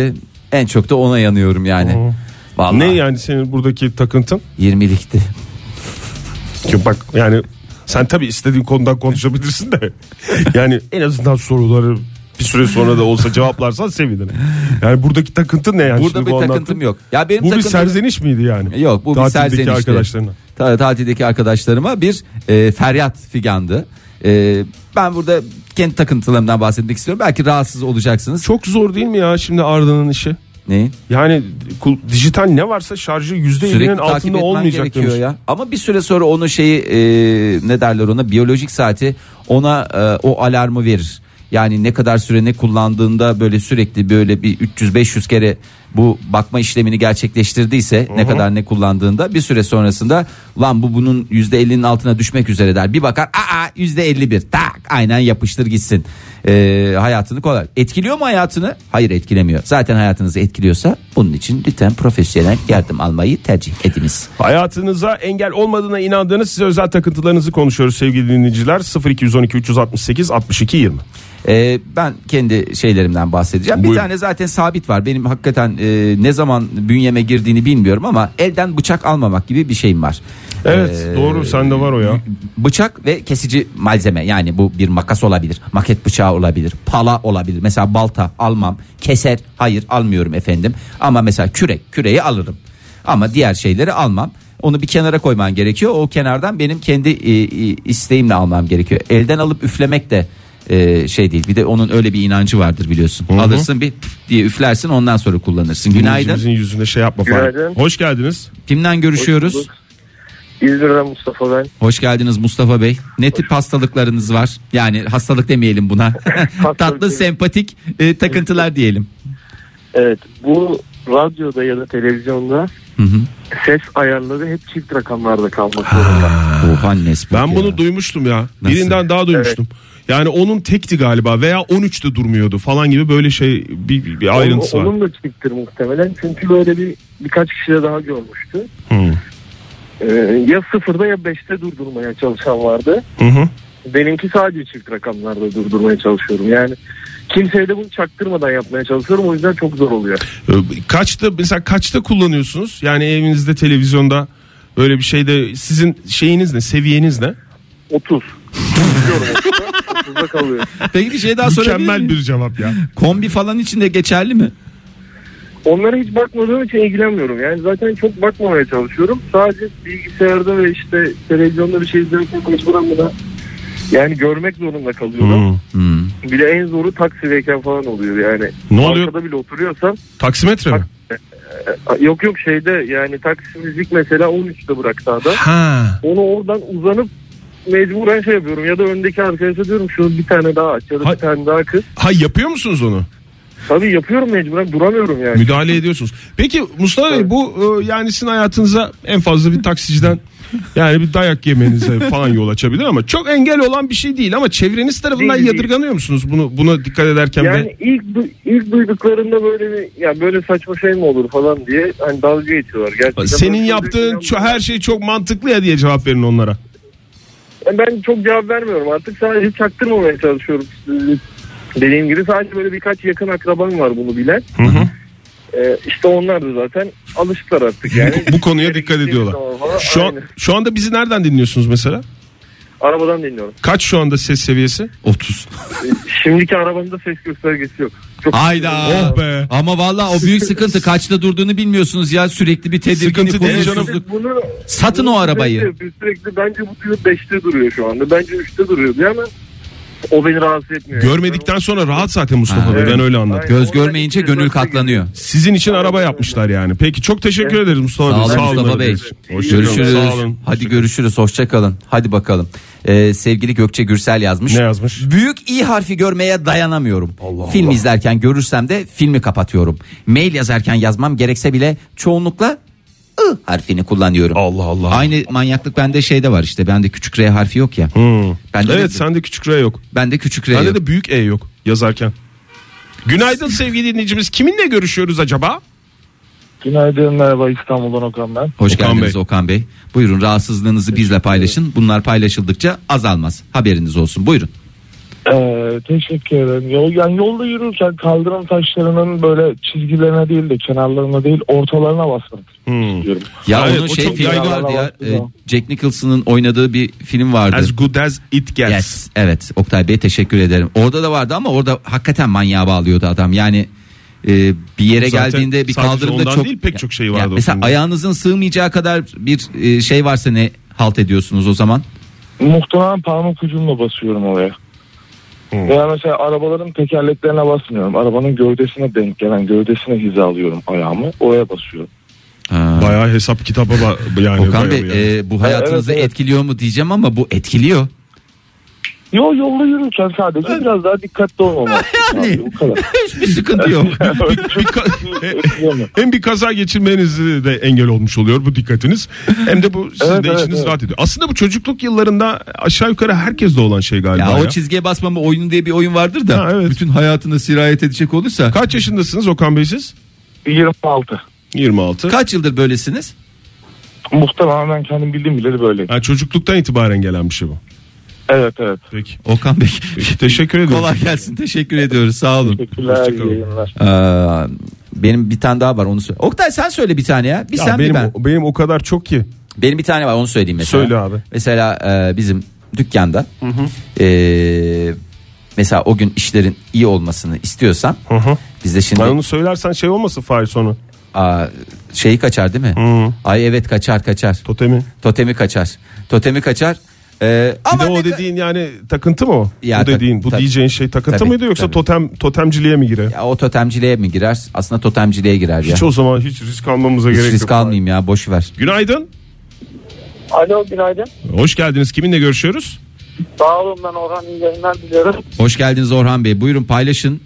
En çok da ona yanıyorum yani. Oo. Vallahi. Ne yani senin buradaki takıntın? yirmilikti. Ki bak yani sen tabii istediğin konudan konuşabilirsin de yani en azından soruları bir süre sonra da olsa cevaplarsan sevinirim. Yani buradaki takıntın ne yani? Burada Şimdi bir bu takıntım anlattın. yok. Ya benim bu bir takıntım... serzeniş miydi yani? Yok, bu bir Tatildeki serzenişti. arkadaşlarına. Ta- tatildeki arkadaşlarıma bir e, feryat figandı. E, ben burada kendi takıntılarımdan bahsetmek istiyorum. Belki rahatsız olacaksınız. Çok zor değil mi ya şimdi Arda'nın işi? Neyin? Yani kul- dijital ne varsa şarjı yüzde ellinin Sürekli takip altında etmen olmayacak gerekiyor demiş. ya. Ama bir süre sonra onu şeyi e, ne derler ona, biyolojik saati ona e, o alarmı verir. Yani ne kadar süre ne kullandığında böyle sürekli böyle bir üç yüz beş yüz kere bu bakma işlemini gerçekleştirdiyse, Hı-hı. ne kadar ne kullandığında bir süre sonrasında lan bu bunun yüzde ellinin altına düşmek üzere der. Bir bakar, aa yüzde elli bir, tak aynen yapıştır gitsin. Ee, hayatını kolay. Etkiliyor mu hayatını? Hayır, etkilemiyor. Zaten hayatınızı etkiliyorsa bunun için lütfen profesyonel yardım almayı tercih ediniz. Hayatınıza engel olmadığına inandığınız size özel takıntılarınızı konuşuyoruz sevgili dinleyiciler. sıfır iki on iki üç altı sekiz altmış iki yirmi. Ee, ben kendi şeylerimden bahsedeceğim. Buyurun. Bir tane zaten sabit var. Benim hakikaten e, ne zaman bünyeme girdiğini bilmiyorum ama elden bıçak almamak gibi bir şeyim var. Evet Ee, doğru, sende var o ya. Bıçak ve kesici malzeme, yani bu bir makas olabilir, maket bıçağı olabilir, pala olabilir. Mesela balta almam, keser, hayır almıyorum efendim. Ama mesela kürek, küreği alırım. Ama diğer şeyleri almam. Onu bir kenara koyman gerekiyor. O kenardan benim kendi e, e, isteğimle almam gerekiyor. Elden alıp üflemek de e, şey değil. Bir de onun öyle bir inancı vardır biliyorsun. Hı hı. Alırsın bir diye üflersin, ondan sonra kullanırsın. Günaydın. Dinleyicimizin yüzünde şey yapma falan. Günaydın. Hoş geldiniz. Kimden görüşüyoruz? Hoş bulduk. İzmir'den Mustafa ben. Hoş geldiniz Mustafa Bey. Ne tip hastalıklarınız var? Yani hastalık demeyelim buna. Tatlı, değil. sempatik e, takıntılar diyelim. Evet, bu radyoda ya da televizyonda Hı hı. ses ayarları hep çift rakamlarda kalmak zorunda. Oh annes. Ben bunu duymuştum ya. Nasıl? Birinden daha duymuştum. Yani onun tekti galiba veya on üçte durmuyordu falan gibi böyle şey bir, bir ayrıntısı onun, var. onun da çifttir muhtemelen. Çünkü böyle bir birkaç kişi de daha görmüştü. Hı. Ee, ya sıfırda ya beşte durdurmaya çalışan vardı. Hı hı. Benimki sadece çift rakamlarda durdurmaya çalışıyorum. Yani kimseye de bunu çaktırmadan yapmaya çalışıyorum. O yüzden çok zor oluyor. Ee, Kaçta mesela kaçta kullanıyorsunuz? Yani evinizde, televizyonda böyle bir şeyde sizin şeyiniz ne? Seviyeniz ne? otuz. Diyorum otuzda, otuzda kalıyor. Peki bir şey daha sorabilir Mükemmel miyim? bir cevap ya. Kombi falan için de geçerli mi? Onlara hiç bakmadığım için ilgilenmiyorum. Yani zaten çok bakmamaya çalışıyorum. Sadece bilgisayarda ve işte televizyonda bir şey izlerken mecburen buna yani görmek zorunda kalıyorum. Hı. Hmm. Bir de en zoru taksideyken falan oluyor yani. Ne oluyor? Arkada bile oturuyorsam Taksimetre mi? e, yok yok şeyde yani taksi müzik mesela on üçte bırak sağda. Ha. Onu oradan uzanıp mecburen şey yapıyorum ya da öndeki arkadaşa diyorum şunu bir tane daha aç ya da Ha- bir tane daha kız. Ha yapıyor musunuz onu? Tabii yapıyorum mecburen, duramıyorum yani. Müdahale ediyorsunuz. Peki Mustafa Bey, Evet. bu e, yani sizin hayatınıza en fazla bir taksiciden yani bir dayak yemenize falan yol açabilir ama çok engel olan bir şey değil, ama çevreniz tarafından Değil, değil. yadırganıyor musunuz bunu buna dikkat ederken Yani ve ilk du- ilk duyduklarında böyle bir ya böyle saçma şey mi olur falan diye hani dalga geçiyorlar. Gerçekten senin böyle yaptığın çok- ço- her şey çok mantıklı ya diye cevap verin onlara. Yani ben çok cevap vermiyorum artık, sadece çaktırmamaya çalışıyorum. Dediğim gibi sadece böyle birkaç yakın akrabam var bunu bilen. Hı hı. Ee, işte onlar da zaten alıştılar artık yani. Bu konuya dikkat ediyorlar. Şu an, şu anda bizi nereden dinliyorsunuz mesela? Arabadan dinliyorum. Kaç şu anda ses seviyesi? otuz. Ee, Şimdiki arabamda ses göstergesi yok. Çok Hayda. Oh be. Ama vallahi o büyük sıkıntı, kaçta durduğunu bilmiyorsunuz ya, sürekli bir tedirginlik, Sıkıntı değil canım. huzursuzluk. Bunu, Satın bunu o arabayı. Sürekli, sürekli bence bu diyor beşte duruyor şu anda. Bence üçte duruyordu ama o beni rahatsız etmiyor. Görmedikten sonra rahat zaten Mustafa Ha, Bey, evet. ben öyle anladım. Aynen. Göz görmeyince gönül katlanıyor. Sizin için araba yapmışlar yani. Peki çok teşekkür Evet. ederiz Mustafa Sağ Bey. olun Mustafa Bey. aradığınız için. Hoşçakalın. Görüşürüz. Sağ olun. Hadi Hoşçakalın. görüşürüz. Hoşça kalın. Hadi bakalım. Ee, sevgili Gökçe Gürsel yazmış. Ne yazmış? Büyük İ harfi görmeye dayanamıyorum. Allah Film Allah. izlerken görürsem de filmi kapatıyorum. Mail yazarken yazmam gerekse bile çoğunlukla I harfini kullanıyorum. Allah Allah. Aynı manyaklık bende şeyde var işte. Bende küçük R harfi yok ya. Hmm. Bende Evet, de, sende küçük R yok. bende küçük R Bende yok. de büyük E yok yazarken. Günaydın sevgili dinleyicimiz. Kiminle görüşüyoruz acaba? Günaydın, merhaba, İstanbul'dan Okan ben. Hoş Okan geldiniz Bey. Okan Bey. Buyurun, rahatsızlığınızı bizle paylaşın. Bunlar paylaşıldıkça azalmaz. Haberiniz olsun. Buyurun. Ee, teşekkür ederim. Yol, yani yolda yürürken kaldırım taşlarının böyle çizgilerine değil de kenarlarına değil ortalarına basmak Hmm. istiyorum. Ya Evet, onun o şey çok filmi yaygın. vardı ya. Yaygın. e, Jack Nicholson'ın oynadığı bir film vardı. As good as it gets. Yes, evet. Oktay Bey teşekkür ederim. Orada da vardı ama orada hakikaten manyağa bağlıyordu adam. Yani e, bir yere Zaten geldiğinde bir sadece kaldırımda ondan çok değil, pek çok şey Ya vardı o mesela filmde. ayağınızın sığmayacağı kadar bir e, şey varsa ne halt ediyorsunuz o zaman? Muhtemelen parmak ucumla basıyorum oraya. Hmm. Veya mesela arabaların tekerleklerine basmıyorum. Arabanın gövdesine denk gelen gövdesine hizalıyorum ayağımı. Oraya basıyorum. Ha. Bayağı hesap kitaba ba- yani. Okan Bey dayalı yani. e, bu hayatınızı Evet, evet. etkiliyor mu diyeceğim ama bu etkiliyor. Yo yolda yürürken sadece biraz daha dikkatli olmamak. Yani. Bu kadar. Hiçbir sıkıntı yok. Bir ka- hem bir kaza geçirmenizi de engel olmuş oluyor bu dikkatiniz. Hem de bu sizin Evet, de evet, işiniz evet. rahat ediyor. Aslında bu çocukluk yıllarında aşağı yukarı herkeste olan şey galiba. Ya ya. o çizgiye basmama oyunu diye bir oyun vardır da Ha, evet. bütün hayatına sirayet edecek olursa. Kaç yaşındasınız Okan Bey siz? yirmi altı. yirmi altı. Kaç yıldır böylesiniz? Muhtemelen ben kendim bildiğim bileli böyle. Ha, çocukluktan itibaren gelen bir şey bu. Evet evet. Peki. Okan Bey Peki, teşekkür ederim. kolay gelsin, teşekkür ediyoruz, sağ olun. Teşekkürler. Hoşçakalın. iyi yayınlar. Ee, benim bir tane daha var, onu söyle. Oktay sen söyle bir tane ya. Bir Ya sen benim, bir ben. benim o kadar çok ki. Benim bir tane var, onu söyleyeyim mesela. Söyle abi. Mesela e, bizim dükkanda e, mesela o gün işlerin iyi olmasını istiyorsan Hı hı. biz de şimdi Ben onu söylersen şey olmasın Fahir sonu. aa, şeyi kaçar değil mi? Hı. Ay evet kaçar kaçar. Totemi. Totemi kaçar. Totemi kaçar. Ee, Bir ama de o ne- dediğin yani takıntı mı o? Ya bu tabii, dediğin, bu tabii. diyeceğin şey takıntı Tabii, mıydı yoksa tabii. totem totemciliğe mi girer? ya o totemciliğe mi girer? Aslında totemciliğe girer ya. Hiç o zaman hiç risk almamıza Hiç gerek yok. risk almayayım ya, boş ver. Günaydın. Alo günaydın. Hoş geldiniz. Kiminle görüşüyoruz? Sağ olun, ben Orhan, iyi yayınlar diliyorum. Hoş geldiniz Orhan Bey. Buyurun paylaşın.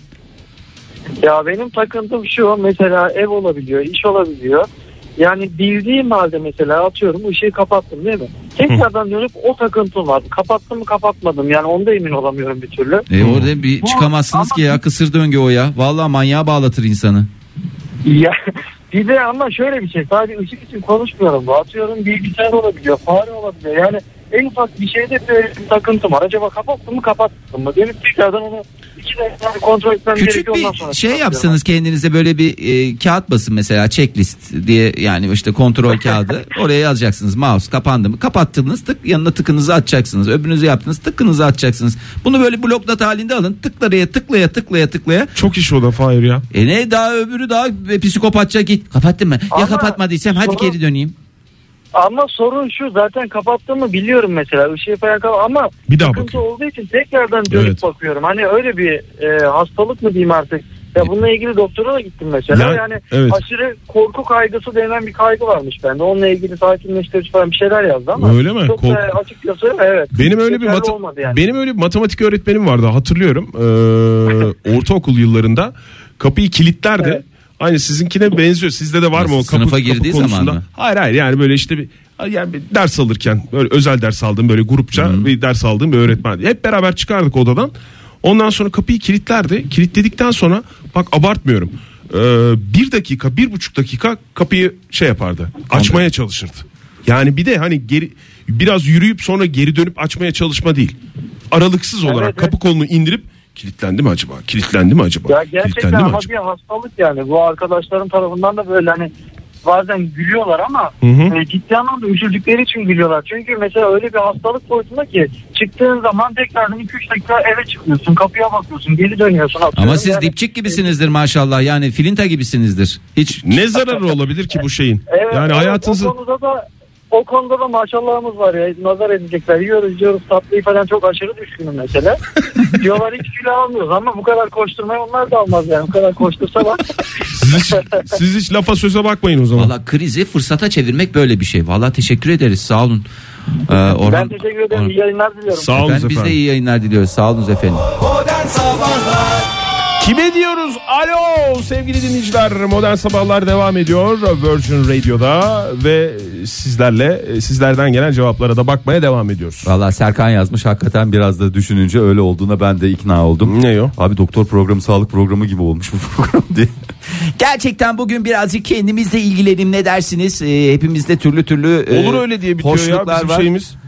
Ya benim takıntım şu, mesela ev olabiliyor, iş olabiliyor. Yani bildiğim halde mesela atıyorum ışığı kapattım değil mi? Tekrardan dönüp o takıntım var. Kapattım mı kapatmadım, yani onda emin olamıyorum bir türlü. E, orada bir çıkamazsınız ki ya, kısır döngü o ya. Vallahi manyağa bağlatır insanı. Ya bir de ama şöyle bir şey, sadece ışık için konuşmuyorum. Bu atıyorum bilgisayar olabiliyor, fare olabiliyor. Yani en ufak bir şeyde böyle bir takıntım var. Acaba kapattım mı kapattım mı? Dönüp tekrardan onu iki dakika kontrol etmem Küçük gerekiyor. Ondan bir sonra şey kapatıyorum. yapsanız kendinize, böyle bir e, kağıt basın mesela, checklist diye, yani işte kontrol kağıdı. Oraya yazacaksınız mouse kapandı mı, kapattınız tık, yanına tıkınızı atacaksınız, öbürünüzü yaptınız tıkınızı atacaksınız. Bunu böyle bloknot halinde alın, tıklaraya tıklaya tıklaya tıklaya. Çok iş o da Fahir ya. E ne daha öbürü daha psikopatça, git kapattın mı, ya Ama kapatmadıysam hadi sonra- geri döneyim. Ama sorun şu, zaten kapattığımı biliyorum mesela, ışığı falan kapat ama Bir daha sıkıntı bakıyorum. olduğu için tekrardan dönüp Evet. bakıyorum. Hani öyle bir e, hastalık mı diyeyim artık. Ya bununla ilgili doktora da gittim mesela. Ya, yani evet. aşırı korku kaygısı denen bir kaygı varmış bende. Onunla ilgili sakinleştirici falan bir şeyler yazdı ama. Öyle mi? Çok Korku- da açıkçası evet. Benim öyle bir yeterli mat- olmadı yani. benim öyle bir matematik öğretmenim vardı, hatırlıyorum. Ee, ortaokul yıllarında kapıyı kilitlerdi. Evet. Aynı sizinkine benziyor. Sizde de var mı o kapı, Sınıfa kapı girdiği konusunda? zaman mı? Hayır hayır, yani böyle işte bir, yani bir ders alırken, böyle özel ders aldığım, böyle grupça bir ders aldığım bir öğretmen. Hep beraber çıkardık odadan. Ondan sonra kapıyı kilitlerdi. Kilitledikten sonra, bak abartmıyorum, ee, bir dakika, bir buçuk dakika kapıyı şey yapardı, açmaya çalışırdı. Yani bir de hani geri biraz yürüyüp sonra geri dönüp açmaya çalışma değil. Aralıksız olarak Evet, kapı evet. kolunu indirip kilitlendi mi acaba? Kilitlendi mi acaba? Ya gerçekten Kilitlendi mi ama acaba? bir hastalık yani. Bu arkadaşlarım tarafından da böyle hani bazen gülüyorlar ama Hı hı. e, ciddi anlamda üzüldükleri için gülüyorlar. Çünkü mesela öyle bir hastalık boyutunda ki çıktığın zaman tekrardan iki üç dakika eve çıkıyorsun, kapıya bakıyorsun, geri dönüyorsun. Ama atıyorum. siz Yani- dipçik gibisinizdir maşallah, yani filinta gibisinizdir. Hiç Ne zararı olabilir ki bu şeyin? Evet, yani evet, hayatınızı o konuda da o konuda da maşallahımız var ya, nazar edecekler. Yiyoruz yiyoruz tatlıyı falan, çok aşırı düşkünüm mesela. Diyorlar hiç kilo almıyoruz ama bu kadar koşturmayı onlar da almaz yani. Bu kadar koştursalar. siz hiç, siz hiç lafa söze bakmayın o zaman. valla krizi fırsata çevirmek böyle bir şey. Valla teşekkür ederiz, sağ olun. Ee, Orhan, Ben teşekkür ederim. Orhan- İyi yayınlar diliyorum. Sağ olun Efendim, biz de efendim. iyi yayınlar diliyoruz, sağ olun efendim. Modern Sabahlar Kime diyoruz? Alo sevgili dinleyiciler, Modern Sabahlar devam ediyor Virgin Radio'da ve sizlerle sizlerden gelen cevaplara da bakmaya devam ediyoruz. Valla Serkan yazmış, hakikaten biraz da düşününce öyle olduğuna ben de ikna oldum. Ne o? Abi doktor programı, sağlık programı gibi olmuş bu program diye. Gerçekten bugün birazcık kendimizle ilgilenelim, ne dersiniz? Ee, hepimizde türlü türlü e, Olur öyle diye bitiyor ya hoşluklar bizim var. şeyimiz.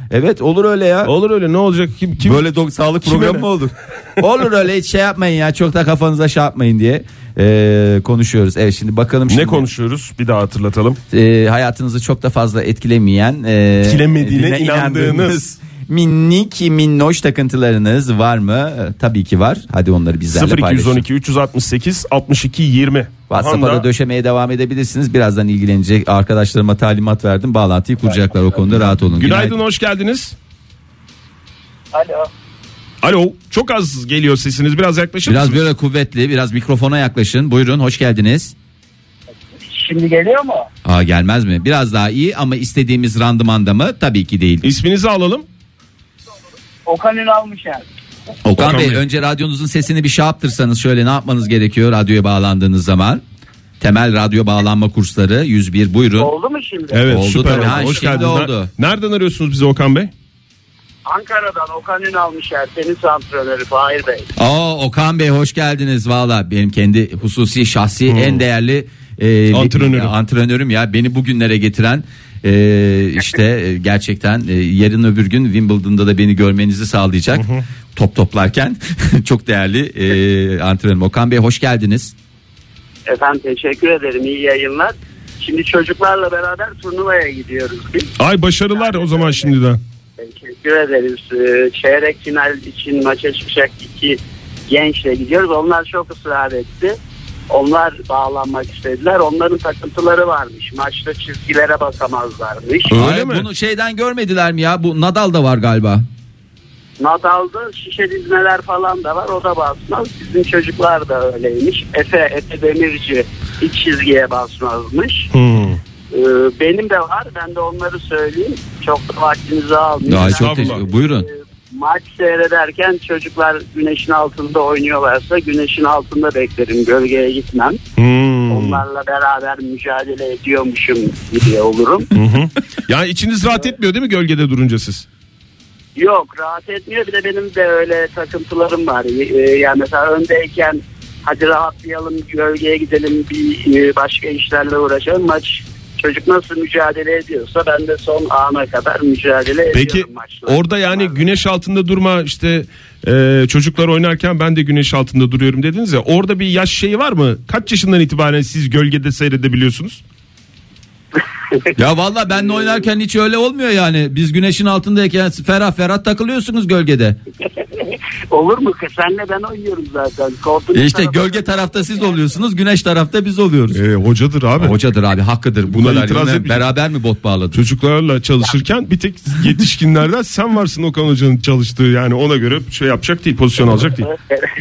Evet olur öyle ya. Olur öyle, ne olacak? Kim, kim? Böyle dok sağlık Kime programı ne? mı olur? Olur öyle, hiç şey yapmayın ya, çok da kafanıza şey yapmayın diye e, konuşuyoruz. Evet, şimdi bakalım şimdi. Ne konuşuyoruz? Bir daha hatırlatalım. E, hayatınızı çok da fazla etkilemeyen e, Etkilemediğine inandığınız minik minnoş takıntılarınız var mı? E, tabii ki var. Hadi onları bizlerle sıfır iki paylaşın. on iki üç altı sekiz altmış iki yirmi. WhatsApp'a da döşemeye devam edebilirsiniz. Birazdan ilgilenecek arkadaşlarıma talimat verdim. Bağlantıyı kuracaklar, o konuda rahat olun. Günaydın, Günaydın. hoş geldiniz. Alo. Alo, çok az geliyor sesiniz, biraz yaklaşır Biraz mısınız? böyle kuvvetli, biraz mikrofona yaklaşın. Buyurun, hoş geldiniz. Şimdi geliyor mu? Aa, gelmez mi? Biraz daha iyi ama istediğimiz randımanda mı? Tabii ki değil. İsminizi alalım. Okan Ünal Müşer. Okan, Okan Bey, Bey. önce radyonuzun sesini bir şey yaptırsanız, şöyle ne yapmanız gerekiyor radyoya bağlandığınız zaman? Temel radyo bağlanma kursları yüz bir, buyurun. Oldu mu şimdi? Evet, Oldu süper tabii. oldu. Ha, Hoş şimdi geldiniz. oldu. Nereden arıyorsunuz bizi Okan Bey? Ankara'dan Okan Ünal Müşer. Tenis antrenörü Fahir Bey. Aa, Okan Bey hoş geldiniz. Valla benim kendi hususi şahsi Hmm. en değerli e, Antrenörüm. antrenörüm ya, beni bugünlere getiren e, işte e, gerçekten e, yarın öbür gün Wimbledon'da da beni görmenizi sağlayacak top toplarken çok değerli e, antrenörüm. Okan Bey hoş geldiniz. Efendim teşekkür ederim. İyi yayınlar. Şimdi çocuklarla beraber turnuvaya gidiyoruz biz. Ay başarılar o zaman şimdiden. Teşekkür ederiz. Ee, Çeyrek final için maça çıkacak iki gençle gidiyoruz. Onlar çok ısrar etti. Onlar bağlanmak istediler. Onların takıntıları varmış. Maçta çizgilere basamazlarmış. Öyle Ay, mi? Bunu şeyden görmediler mi ya? Bu Nadal'da var galiba. Nadal'da şişe dizmeler falan da var. O da basmaz. Bizim çocuklar da öyleymiş. Efe, Efe Demirci hiç çizgiye basmazmış. Hmm. Ee, benim de var. Ben de onları söyleyeyim. Çok da vaktinizi almayayım. Ay, Ben- çok Estağfurullah. teşekkür. Buyurun. Ee, Maç seyrederken çocuklar güneşin altında oynuyorlarsa güneşin altında beklerim. Gölgeye gitmem. Hmm. Onlarla beraber mücadele ediyormuşum gibi olurum. Hı hı. Yani içiniz rahat etmiyor değil mi gölgede durunca siz? Yok, rahat etmiyor. Bir de benim de öyle takıntılarım var. Ee, yani mesela öndeyken hadi rahatlayalım, gölgeye gidelim, bir e, başka işlerle uğraşalım. Maç çocuk nasıl mücadele ediyorsa ben de son ana kadar mücadele Peki ediyorum maçlarda. orada yani güneş altında durma işte e, çocuklar oynarken ben de güneş altında duruyorum dediniz ya, orada bir yaş şeyi var mı? Kaç yaşından itibaren siz gölgede seyredebiliyorsunuz? Ya valla benle oynarken hiç öyle olmuyor yani. Biz güneşin altındayken ferah ferah takılıyorsunuz gölgede. Olur mu? Senle ben oynuyorum zaten. Korkunç E işte tarafa- gölge tarafta siz oluyorsunuz, güneş tarafta biz oluyoruz. E, hocadır abi. Hocadır abi, hakkıdır. Bu Buna kadar itiraz yıllar etmeyeceğim. beraber mi bot bağladın? Çocuklarla çalışırken bir tek yetişkinlerden sen varsın Okan Hoca'nın çalıştığı, yani ona göre şey yapacak değil, pozisyon alacak değil.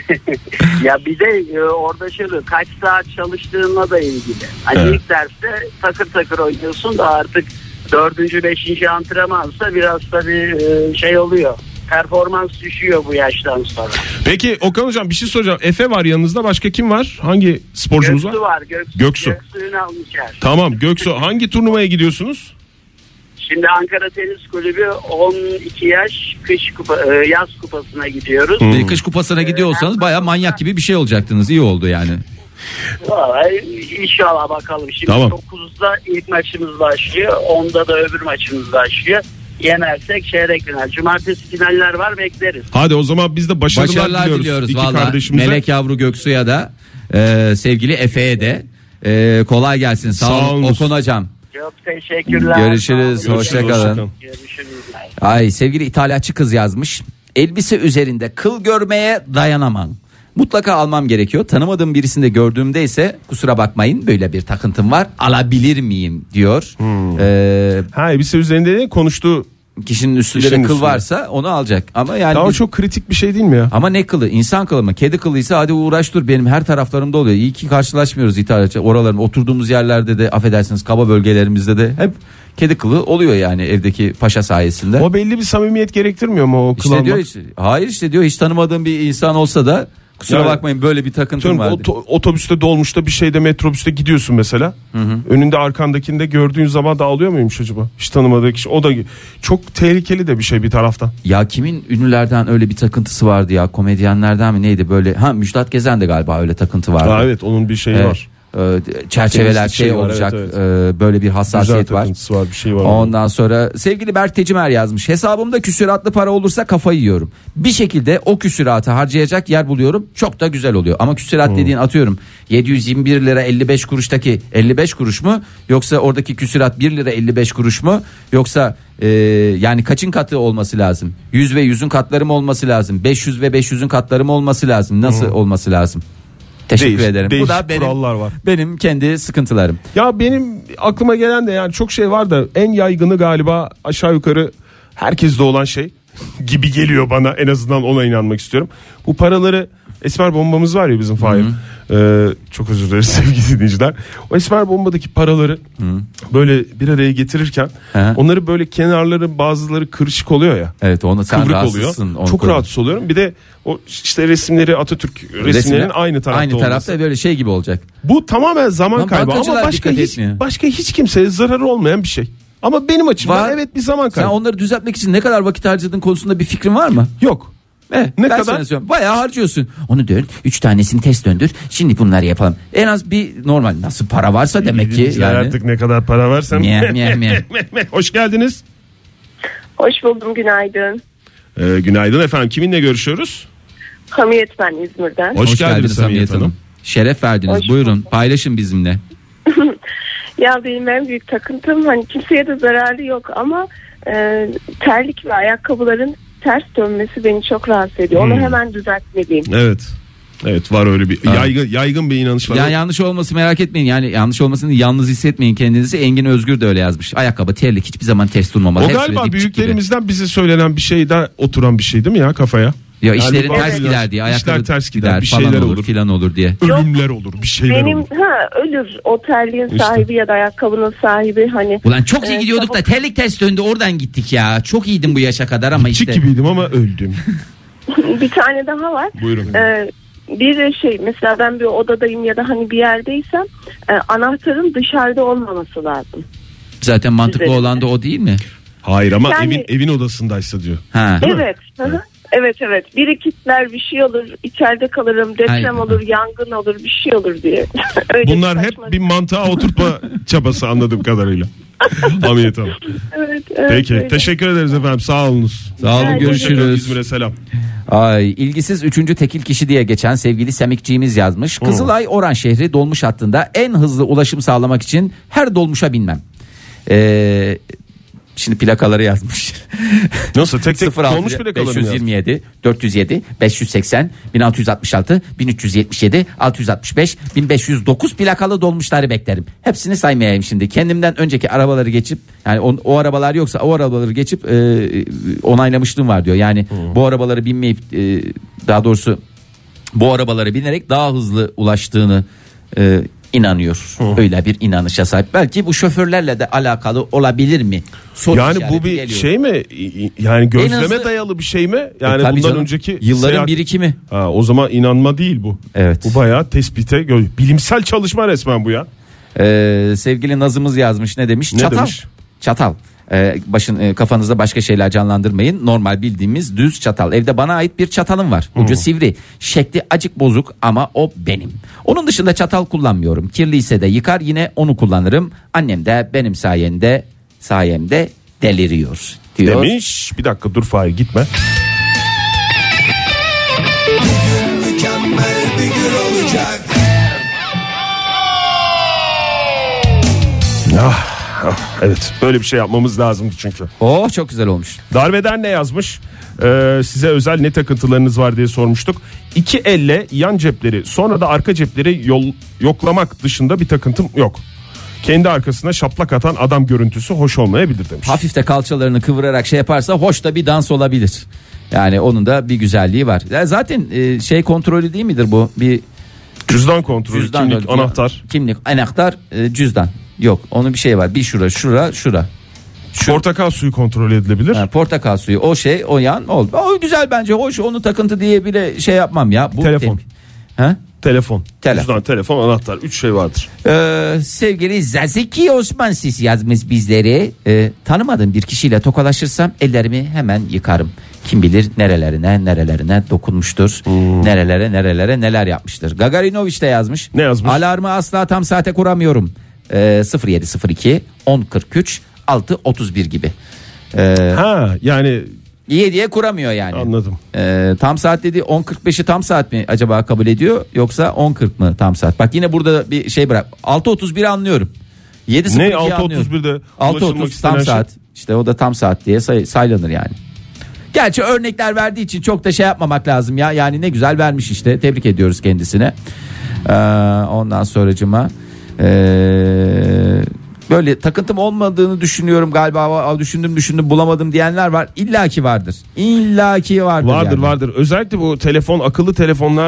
Ya bir de e, orada şey oluyor, kaç saat çalıştığınla da ilgili. Hani Evet. ilk derste takır takır oynuyorsun da artık dördüncü, beşinci antrenmansa biraz tabii e, şey oluyor. Performans düşüyor bu yaştan sonra. Peki Okan Hocam bir şey soracağım. Efe var yanınızda, başka kim var? Hangi sporcumuz Göksu var? var. Göksu. Göksu. Göksu'nun almışlar. Tamam Göksu, hangi turnuvaya gidiyorsunuz? Şimdi Ankara Tenis Kulübü on iki yaş kış kupa, e, yaz kupasına gidiyoruz. Bir kış kupasına gidiyorsanız baya manyak gibi bir şey olacaktınız. İyi oldu yani. Vallahi inşallah bakalım. Şimdi Tamam. dokuzda ilk maçımız başlıyor. onda da öbür maçımız başlıyor. Yenersek çeyrek final. Cumartesi finaller var, bekleriz. Hadi o zaman biz de başarılar, Başarılar diliyoruz. diliyoruz İki valla. kardeşimize. Melek yavru Göksu'ya da e, sevgili Efe'ye de e, kolay gelsin. Sağ, Sağ olun olunuz. Okan hocam. Çok teşekkürler. Görüşürüz, Sağ olun. hoşça Görüşürüz, kalın. hoşça kalın. Görüşürüz. Ay, sevgili ithalatçı kız yazmış. Elbise üzerinde kıl görmeye dayanamam. Mutlaka almam gerekiyor. Tanımadığım birisinde gördüğümde ise kusura bakmayın, böyle bir takıntım var, alabilir miyim diyor. Hmm. Ee, Ha, elbise üzerinde de konuştuğu. kişinin üstünde Kişinin de kıl üstünde. varsa onu alacak. Ama yani Daha biz- çok kritik bir şey değil mi ya? ama ne kılı? İnsan kılı mı? Kedi kılıysa hadi uğraş dur, benim her taraflarımda oluyor. İyi ki karşılaşmıyoruz ithalatçı. Oraların oturduğumuz yerlerde de, affedersiniz, kaba bölgelerimizde de hep kedi kılı oluyor yani, evdeki paşa sayesinde. O belli bir samimiyet gerektirmiyor mu o kıl İşte diyor almak? işte, hayır işte diyor, hiç tanımadığım bir insan olsa da kusura Yani- bakmayın böyle bir takıntım Diyorum, vardı. oto- otobüste, dolmuşta, bir şeyde, metrobüste gidiyorsun mesela. Önünde arkandakini de gördüğün zaman dağılıyor muymuş acaba? Hiç tanımadığı kişi. O da çok tehlikeli de bir şey bir taraftan. Ya kimin ünlülerden öyle bir takıntısı vardı ya, komedyenlerden mi neydi böyle, ha Müjdat Gezen de galiba öyle takıntı vardı. Ha, evet, onun bir şeyi Evet. var. Ee, çerçeveler Temizlik şey şey var, olacak. evet, Ee, böyle bir hassasiyet Güzel var. takıntısı var, bir şey var. Ondan sonra sevgili Berk Tecimer yazmış. Hesabımda küsuratlı para olursa kafayı yiyorum. Bir şekilde o küsuratı harcayacak yer buluyorum. Çok da güzel oluyor. Ama küsurat hmm. dediğin atıyorum yedi yüz yirmi bir lira elli beş kuruştaki elli beş kuruş mu? Yoksa oradaki küsurat bir lira elli beş kuruş mu? Yoksa e, yani kaçın katı olması lazım? yüz ve yüzün katları mı olması lazım? beş yüz ve beş yüzün katları mı olması lazım? Nasıl hmm. olması lazım? Teşekkür Değiş, ederim. Bu da benim, kurallar var. benim kendi sıkıntılarım. Ya benim aklıma gelen de yani çok şey var da en yaygını galiba aşağı yukarı herkeste olan şey gibi geliyor bana, en azından ona inanmak istiyorum. Bu paraları, esmer bombamız var ya bizim Fahir. Ee, çok özür dileriz sevgili dinleyiciler. O esmer bombadaki paraları Hı. böyle bir araya getirirken He. onları böyle kenarları bazıları kırışık oluyor ya. Evet, onu sen kıvrık oluyor. Çok koydum. Rahatsız oluyorum. Bir de o işte resimleri, Atatürk resimlerinin Resimler, aynı tarafta aynı olması. tarafta böyle şey gibi olacak. Bu tamamen zaman Lan kaybı ama başka hiç, başka hiç kimseye zararı olmayan bir şey. Ama benim açımdan var. Evet bir zaman kaybı. Sen onları düzeltmek için ne kadar vakit harcadığın konusunda bir fikrin var mı? Yok. Eh, ne kadar? Bayağı harcıyorsun. Onu dön, üç tanesini ters döndür. Şimdi bunları yapalım. En az bir normal nasıl para varsa demek ki yani. Artık ne kadar para varsa. Meh, meh, meh. Hoş geldiniz. Hoş buldum, günaydın. Ee, günaydın efendim. Kiminle görüşüyoruz? Hamiyet ben, İzmir'den. Hoş, Hoş geldiniz, geldiniz Hamiyet Hanım. Hanım. Şeref verdiniz. Hoş Buyurun buldum. Paylaşın bizimle. Ya benim en büyük takıntım, hani kimseye de zararı yok ama e, terlik ve ayakkabıların ters dönmesi beni çok rahatsız ediyor. Hmm. Onu hemen düzeltmeliyim. Evet. Evet, var öyle bir evet. yaygın yaygın bir inanış var. Ya yanlış olması merak etmeyin. Yani yanlış olmasını yalnız hissetmeyin kendinizi. Engin Özgür de öyle yazmış. Ayakkabı, terlik hiçbir zaman ters durmamalı. O galiba büyüklerimizden bize söylenen bir şeyden oturan bir şey değil mi ya kafaya? Ya işlerin yani ters gider diye, ayakkabı ters gider, gider bir şeyler olur, olur filan olur diye. Ölümler olur, bir şeyler benim, olur. Ha ölür. O terliğin işte. Sahibi ya da ayakkabının sahibi hani. Ulan çok iyi e, gidiyorduk çabuk... da terlik ters döndü, oradan gittik ya. Çok iyiydim bu yaşa kadar ama Gittik işte. gibiydim ama öldüm. Bir tane daha var. Buyurun. Ee, bir de şey, mesela ben bir odadayım ya da hani bir yerdeysem e, anahtarın dışarıda olmaması lazım. Zaten mantıklı Üzerinde. Olan da o değil mi? Hayır ama yani, evin evin odasındaysa diyor. Ha. Evet. Hı. Evet evet. Biri kitler, bir şey olur, içeride kalırım, deprem Aynen. olur, yangın olur, bir şey olur diye. Bunlar hep bir mantığa oturtma çabası anladığım kadarıyla. Hamiyet Hanım. Evet, evet, Peki öyle. Teşekkür ederiz efendim, sağ olunuz. Sağ olun, görüşürüz. İzmir'e selam. Ay, ilgisiz üçüncü tekil kişi diye geçen sevgili Semikciğimiz yazmış. Hmm. Kızılay Oran şehri dolmuş hattında en hızlı ulaşım sağlamak için her dolmuşa binmem. Eee Şimdi plakaları yazmış. Nasıl tek tek dolmuş plakaları beş yüz yirmi yedi, dört yüz yedi, beş yüz seksen, bin altı yüz altmış altı, bin üç yüz yetmiş yedi, altı yüz altmış beş, bin beş yüz dokuz plakalı dolmuşları beklerim. Hepsini saymayayım şimdi. Kendimden önceki arabaları geçip, yani o, o arabalar yoksa o arabaları geçip e, onaylamışlığım var diyor. Yani hmm. bu arabaları binmeyip e, daha doğrusu bu arabaları binerek daha hızlı ulaştığını e, inanıyor. Hı. Öyle bir inanışa sahip. Belki bu şoförlerle de alakalı olabilir mi? Soru yani bu bir geliyor. Şey mi? Yani gözleme hızlı... dayalı bir şey mi? Yani e, bundan canım, önceki yılların seyahat... birikimi. Ha, o zaman inanma değil bu. Evet. Bu bayağı tespite, bilimsel çalışma resmen bu ya. Ee, sevgili Nazımız yazmış, ne demiş? Ne Çatal. Demiş? Çatal. Ee, başın e, kafanızda başka şeyler canlandırmayın. Normal bildiğimiz düz çatal. Evde bana ait bir çatalım var. Ucu hmm. sivri, şekli acık bozuk ama o benim. Onun dışında çatal kullanmıyorum. Kirliyse de yıkar, yine onu kullanırım. Annem de benim sayemde sayemde deliriyor diyor. Demiş. Bir dakika dur Fahir, gitme. Mükemmel bir gün olacak. Ah. Evet, böyle bir şey yapmamız lazımdı çünkü. Oh, çok güzel olmuş. Darveder ne yazmış? Ee, size özel ne takıntılarınız var diye sormuştuk. İki elle yan cepleri, sonra da arka cepleri yol, yoklamak dışında bir takıntım yok. Kendi arkasına şaplak atan adam görüntüsü hoş olmayabilir demiş. Hafif de kalçalarını kıvırarak şey yaparsa hoş da bir dans olabilir. Yani onun da bir güzelliği var. Yani zaten e, şey kontrolü değil midir bu? Bir cüzdan kontrolü, cüzdan kimlik, kontrolü, anahtar. Kimlik, anahtar, e, cüzdan. Yok, onun bir şey var. Bir şura, şura, şura. Şu, portakal suyu kontrol edilebilir. Ha, portakal suyu, o şey, o yan oldu. O güzel bence, hoş, onu takıntı diye bile şey yapmam ya. Bu telefon. Te- ha? Telefon. Telefon. Cüzdan, telefon, anahtar. Üç şey vardır. Ee, sevgili Zazeki Osman siz yazmış bizleri. Ee, tanımadığım bir kişiyle tokalaşırsam ellerimi hemen yıkarım. Kim bilir nerelerine nerelerine dokunmuştur. Hmm. Nerelere nerelere neler yapmıştır. Gagarinovic de yazmış. Ne yazmış? Alarmı asla tam saate kuramıyorum. Ee, sıfır yedi sıfır iki on kırk üç altı otuz bir gibi. Ee, Ha yani yediye kuramıyor yani. Anladım. Ee, tam saat dedi on kırk beşi tam saat mi acaba kabul ediyor yoksa on kırk mı tam saat? Bak yine burada bir şey bırak. altı otuz biri anlıyorum. yedi sıfır ikiyi Ne altı otuz birde altı otuz tam şey. saat. İşte o da tam saat diye say- saylanır yani. Gerçi örnekler verdiği için çok da şey yapmamak lazım ya. Yani ne güzel vermiş işte. Tebrik ediyoruz kendisine. Ee, ondan sonracıma ee, böyle takıntım olmadığını düşünüyorum galiba. Düşündüm düşündüm bulamadım diyenler var. İlla ki vardır. İlla ki vardır. Vardır yani. vardır. Özellikle bu telefon, akıllı telefonlar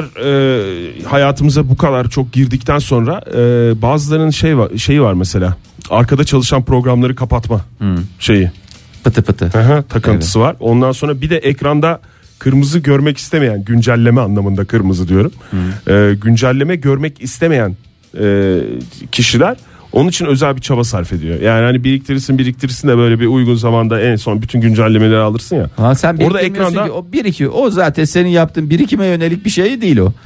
e, hayatımıza bu kadar çok girdikten sonra e, bazılarının şey var, şeyi var mesela. Arkada çalışan programları kapatma hmm. şeyi. Pıtı pıtı. Aha, takıntısı evet. var. Ondan sonra bir de ekranda kırmızı görmek istemeyen, güncelleme anlamında kırmızı diyorum. Hmm. E, güncelleme görmek istemeyen e, kişiler onun için özel bir çaba sarf ediyor. Yani hani biriktirirsin biriktirirsin de böyle bir uygun zamanda en son bütün güncellemeleri alırsın ya. Ha, sen orada ekranda ki, o birikiyor. O zaten senin yaptığın birikime yönelik bir şey değil o.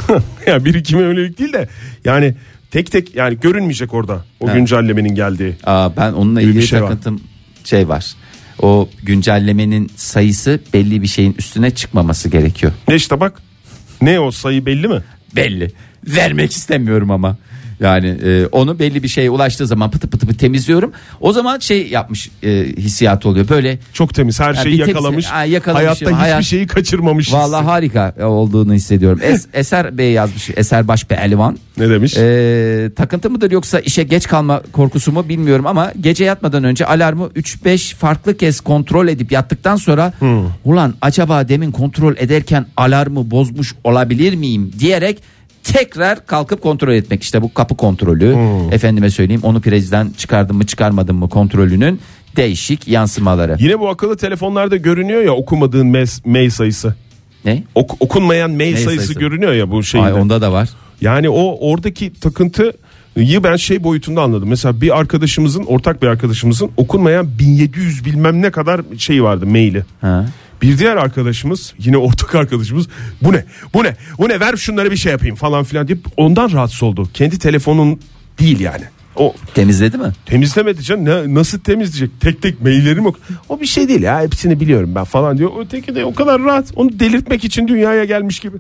ya birikime yönelik değil de yani tek tek yani görünmeyecek orada o ha. güncellemenin geldiği. Aa, ben onunla ilgili şey takıntım var. şey var. O güncellemenin sayısı belli bir şeyin üstüne çıkmaması gerekiyor. Ne işte bak. Ne o sayı belli mi? Belli. Vermek istemiyorum ama. Yani e, onu belli bir şeye ulaştığı zaman pıtı pıtı pıtı temizliyorum. O zaman şey yapmış e, hissiyat oluyor. Böyle çok temiz, her şeyi yani yakalamış. Temiz, ha, hayatta hiçbir hayat, şeyi kaçırmamış. Vallahi harika olduğunu hissediyorum. Es, Eser Bey yazmış. Eser Baş Pehlivan. Ne demiş? E, takıntı mıdır yoksa işe geç kalma korkusu mu bilmiyorum ama gece yatmadan önce alarmı üç beş farklı kez kontrol edip yattıktan sonra hmm. ulan acaba demin kontrol ederken alarmı bozmuş olabilir miyim diyerek tekrar kalkıp kontrol etmek. İşte bu kapı kontrolü hmm. efendime söyleyeyim onu prizden çıkardım mı çıkarmadım mı kontrolünün değişik yansımaları. Yine bu akıllı telefonlarda görünüyor ya okumadığın mes- mail sayısı. Ne? Ok- okunmayan mail, mail sayısı, sayısı görünüyor ya bu şeyde. Ay, onda da var. Yani o oradaki takıntıyı ben şey boyutunda anladım. Mesela bir arkadaşımızın, ortak bir arkadaşımızın okunmayan bin yedi yüz bilmem ne kadar şey vardı maili. Ha. Bir diğer arkadaşımız, yine ortak arkadaşımız, bu ne bu ne bu ne ver şunları bir şey yapayım falan filan deyip ondan rahatsız oldu. Kendi telefonun değil yani. O temizledi mi? Temizlemedi canım. Ne, nasıl temizleyecek? Tek tek mailleri mi? O bir şey değil ya, hepsini biliyorum ben falan diyor. Öteki de o kadar rahat. Onu delirtmek için dünyaya gelmiş gibi.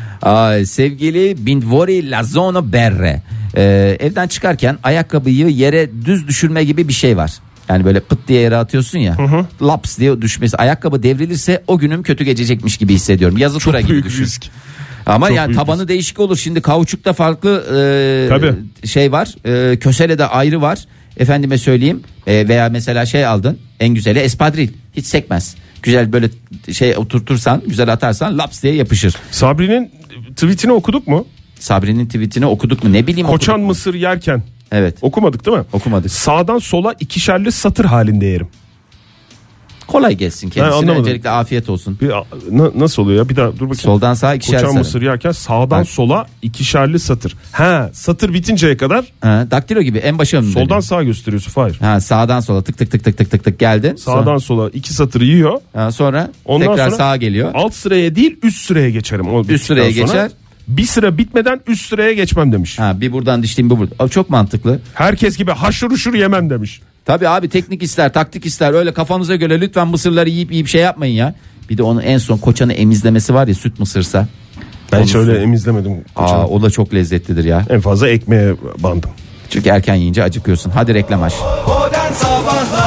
Ay, sevgili Bindvori Lazono Berre, ee, evden çıkarken ayakkabıyı yere düz düşürme gibi bir şey var. Yani böyle pıt diye yere atıyorsun ya, hı hı. laps diye düşmesi. Ayakkabı devrilirse o günüm kötü geçecekmiş gibi hissediyorum. Yazı tura gibi düşün. Risk. Ama çok yani tabanı risk. Değişik olur. Şimdi kauçukta farklı e, şey var. E, kösele de ayrı var. Efendime söyleyeyim. E, veya mesela şey aldın. En güzeli espadril. Hiç sekmez. Güzel böyle şey oturtursan, güzel atarsan laps diye yapışır. Sabri'nin tweetini okuduk mu? Sabri'nin tweetini okuduk mu? Ne bileyim. Koçan mısır yerken. Evet. Okumadık değil mi? Okumadık. Sağdan sola ikişerli satır halinde yerim. Kolay gelsin kendisine. Öncelikle afiyet olsun. Bir, na, nasıl oluyor ya? Bir daha dur bakayım. Soldan sağa ikişer Koçan sarı. mısır yerken sağdan ha. sola ikişerli satır. Ha, satır bitinceye kadar. Ha, daktilo gibi en başa mı? Soldan sağa gösteriyorsun Fahir. Ha, sağdan sola tık tık tık tık tık tık tık geldin. Sağdan sonra. sola iki satırı yiyor. Ha, sonra ondan tekrar sonra sağa geliyor. Alt sıraya değil üst sıraya geçerim. O üst sıraya sonra geçer. Bir sıra bitmeden üst sıraya geçmem demiş. Ha, bir buradan dişleyeyim bir buradan. Çok mantıklı. Herkes gibi haşır uşur yemem demiş. Tabii abi, teknik ister, taktik ister. Öyle kafanıza göre lütfen mısırları yiyip yiyip şey yapmayın ya. Bir de onun en son koçanı emizlemesi var ya, süt mısırsa. Ben hiç öyle emizlemedim koçanı. Aa, o da çok lezzetlidir ya. En fazla ekmeğe bandım. Çünkü erken yiyince acıkıyorsun. Hadi reklam aç. Modern Sabahlar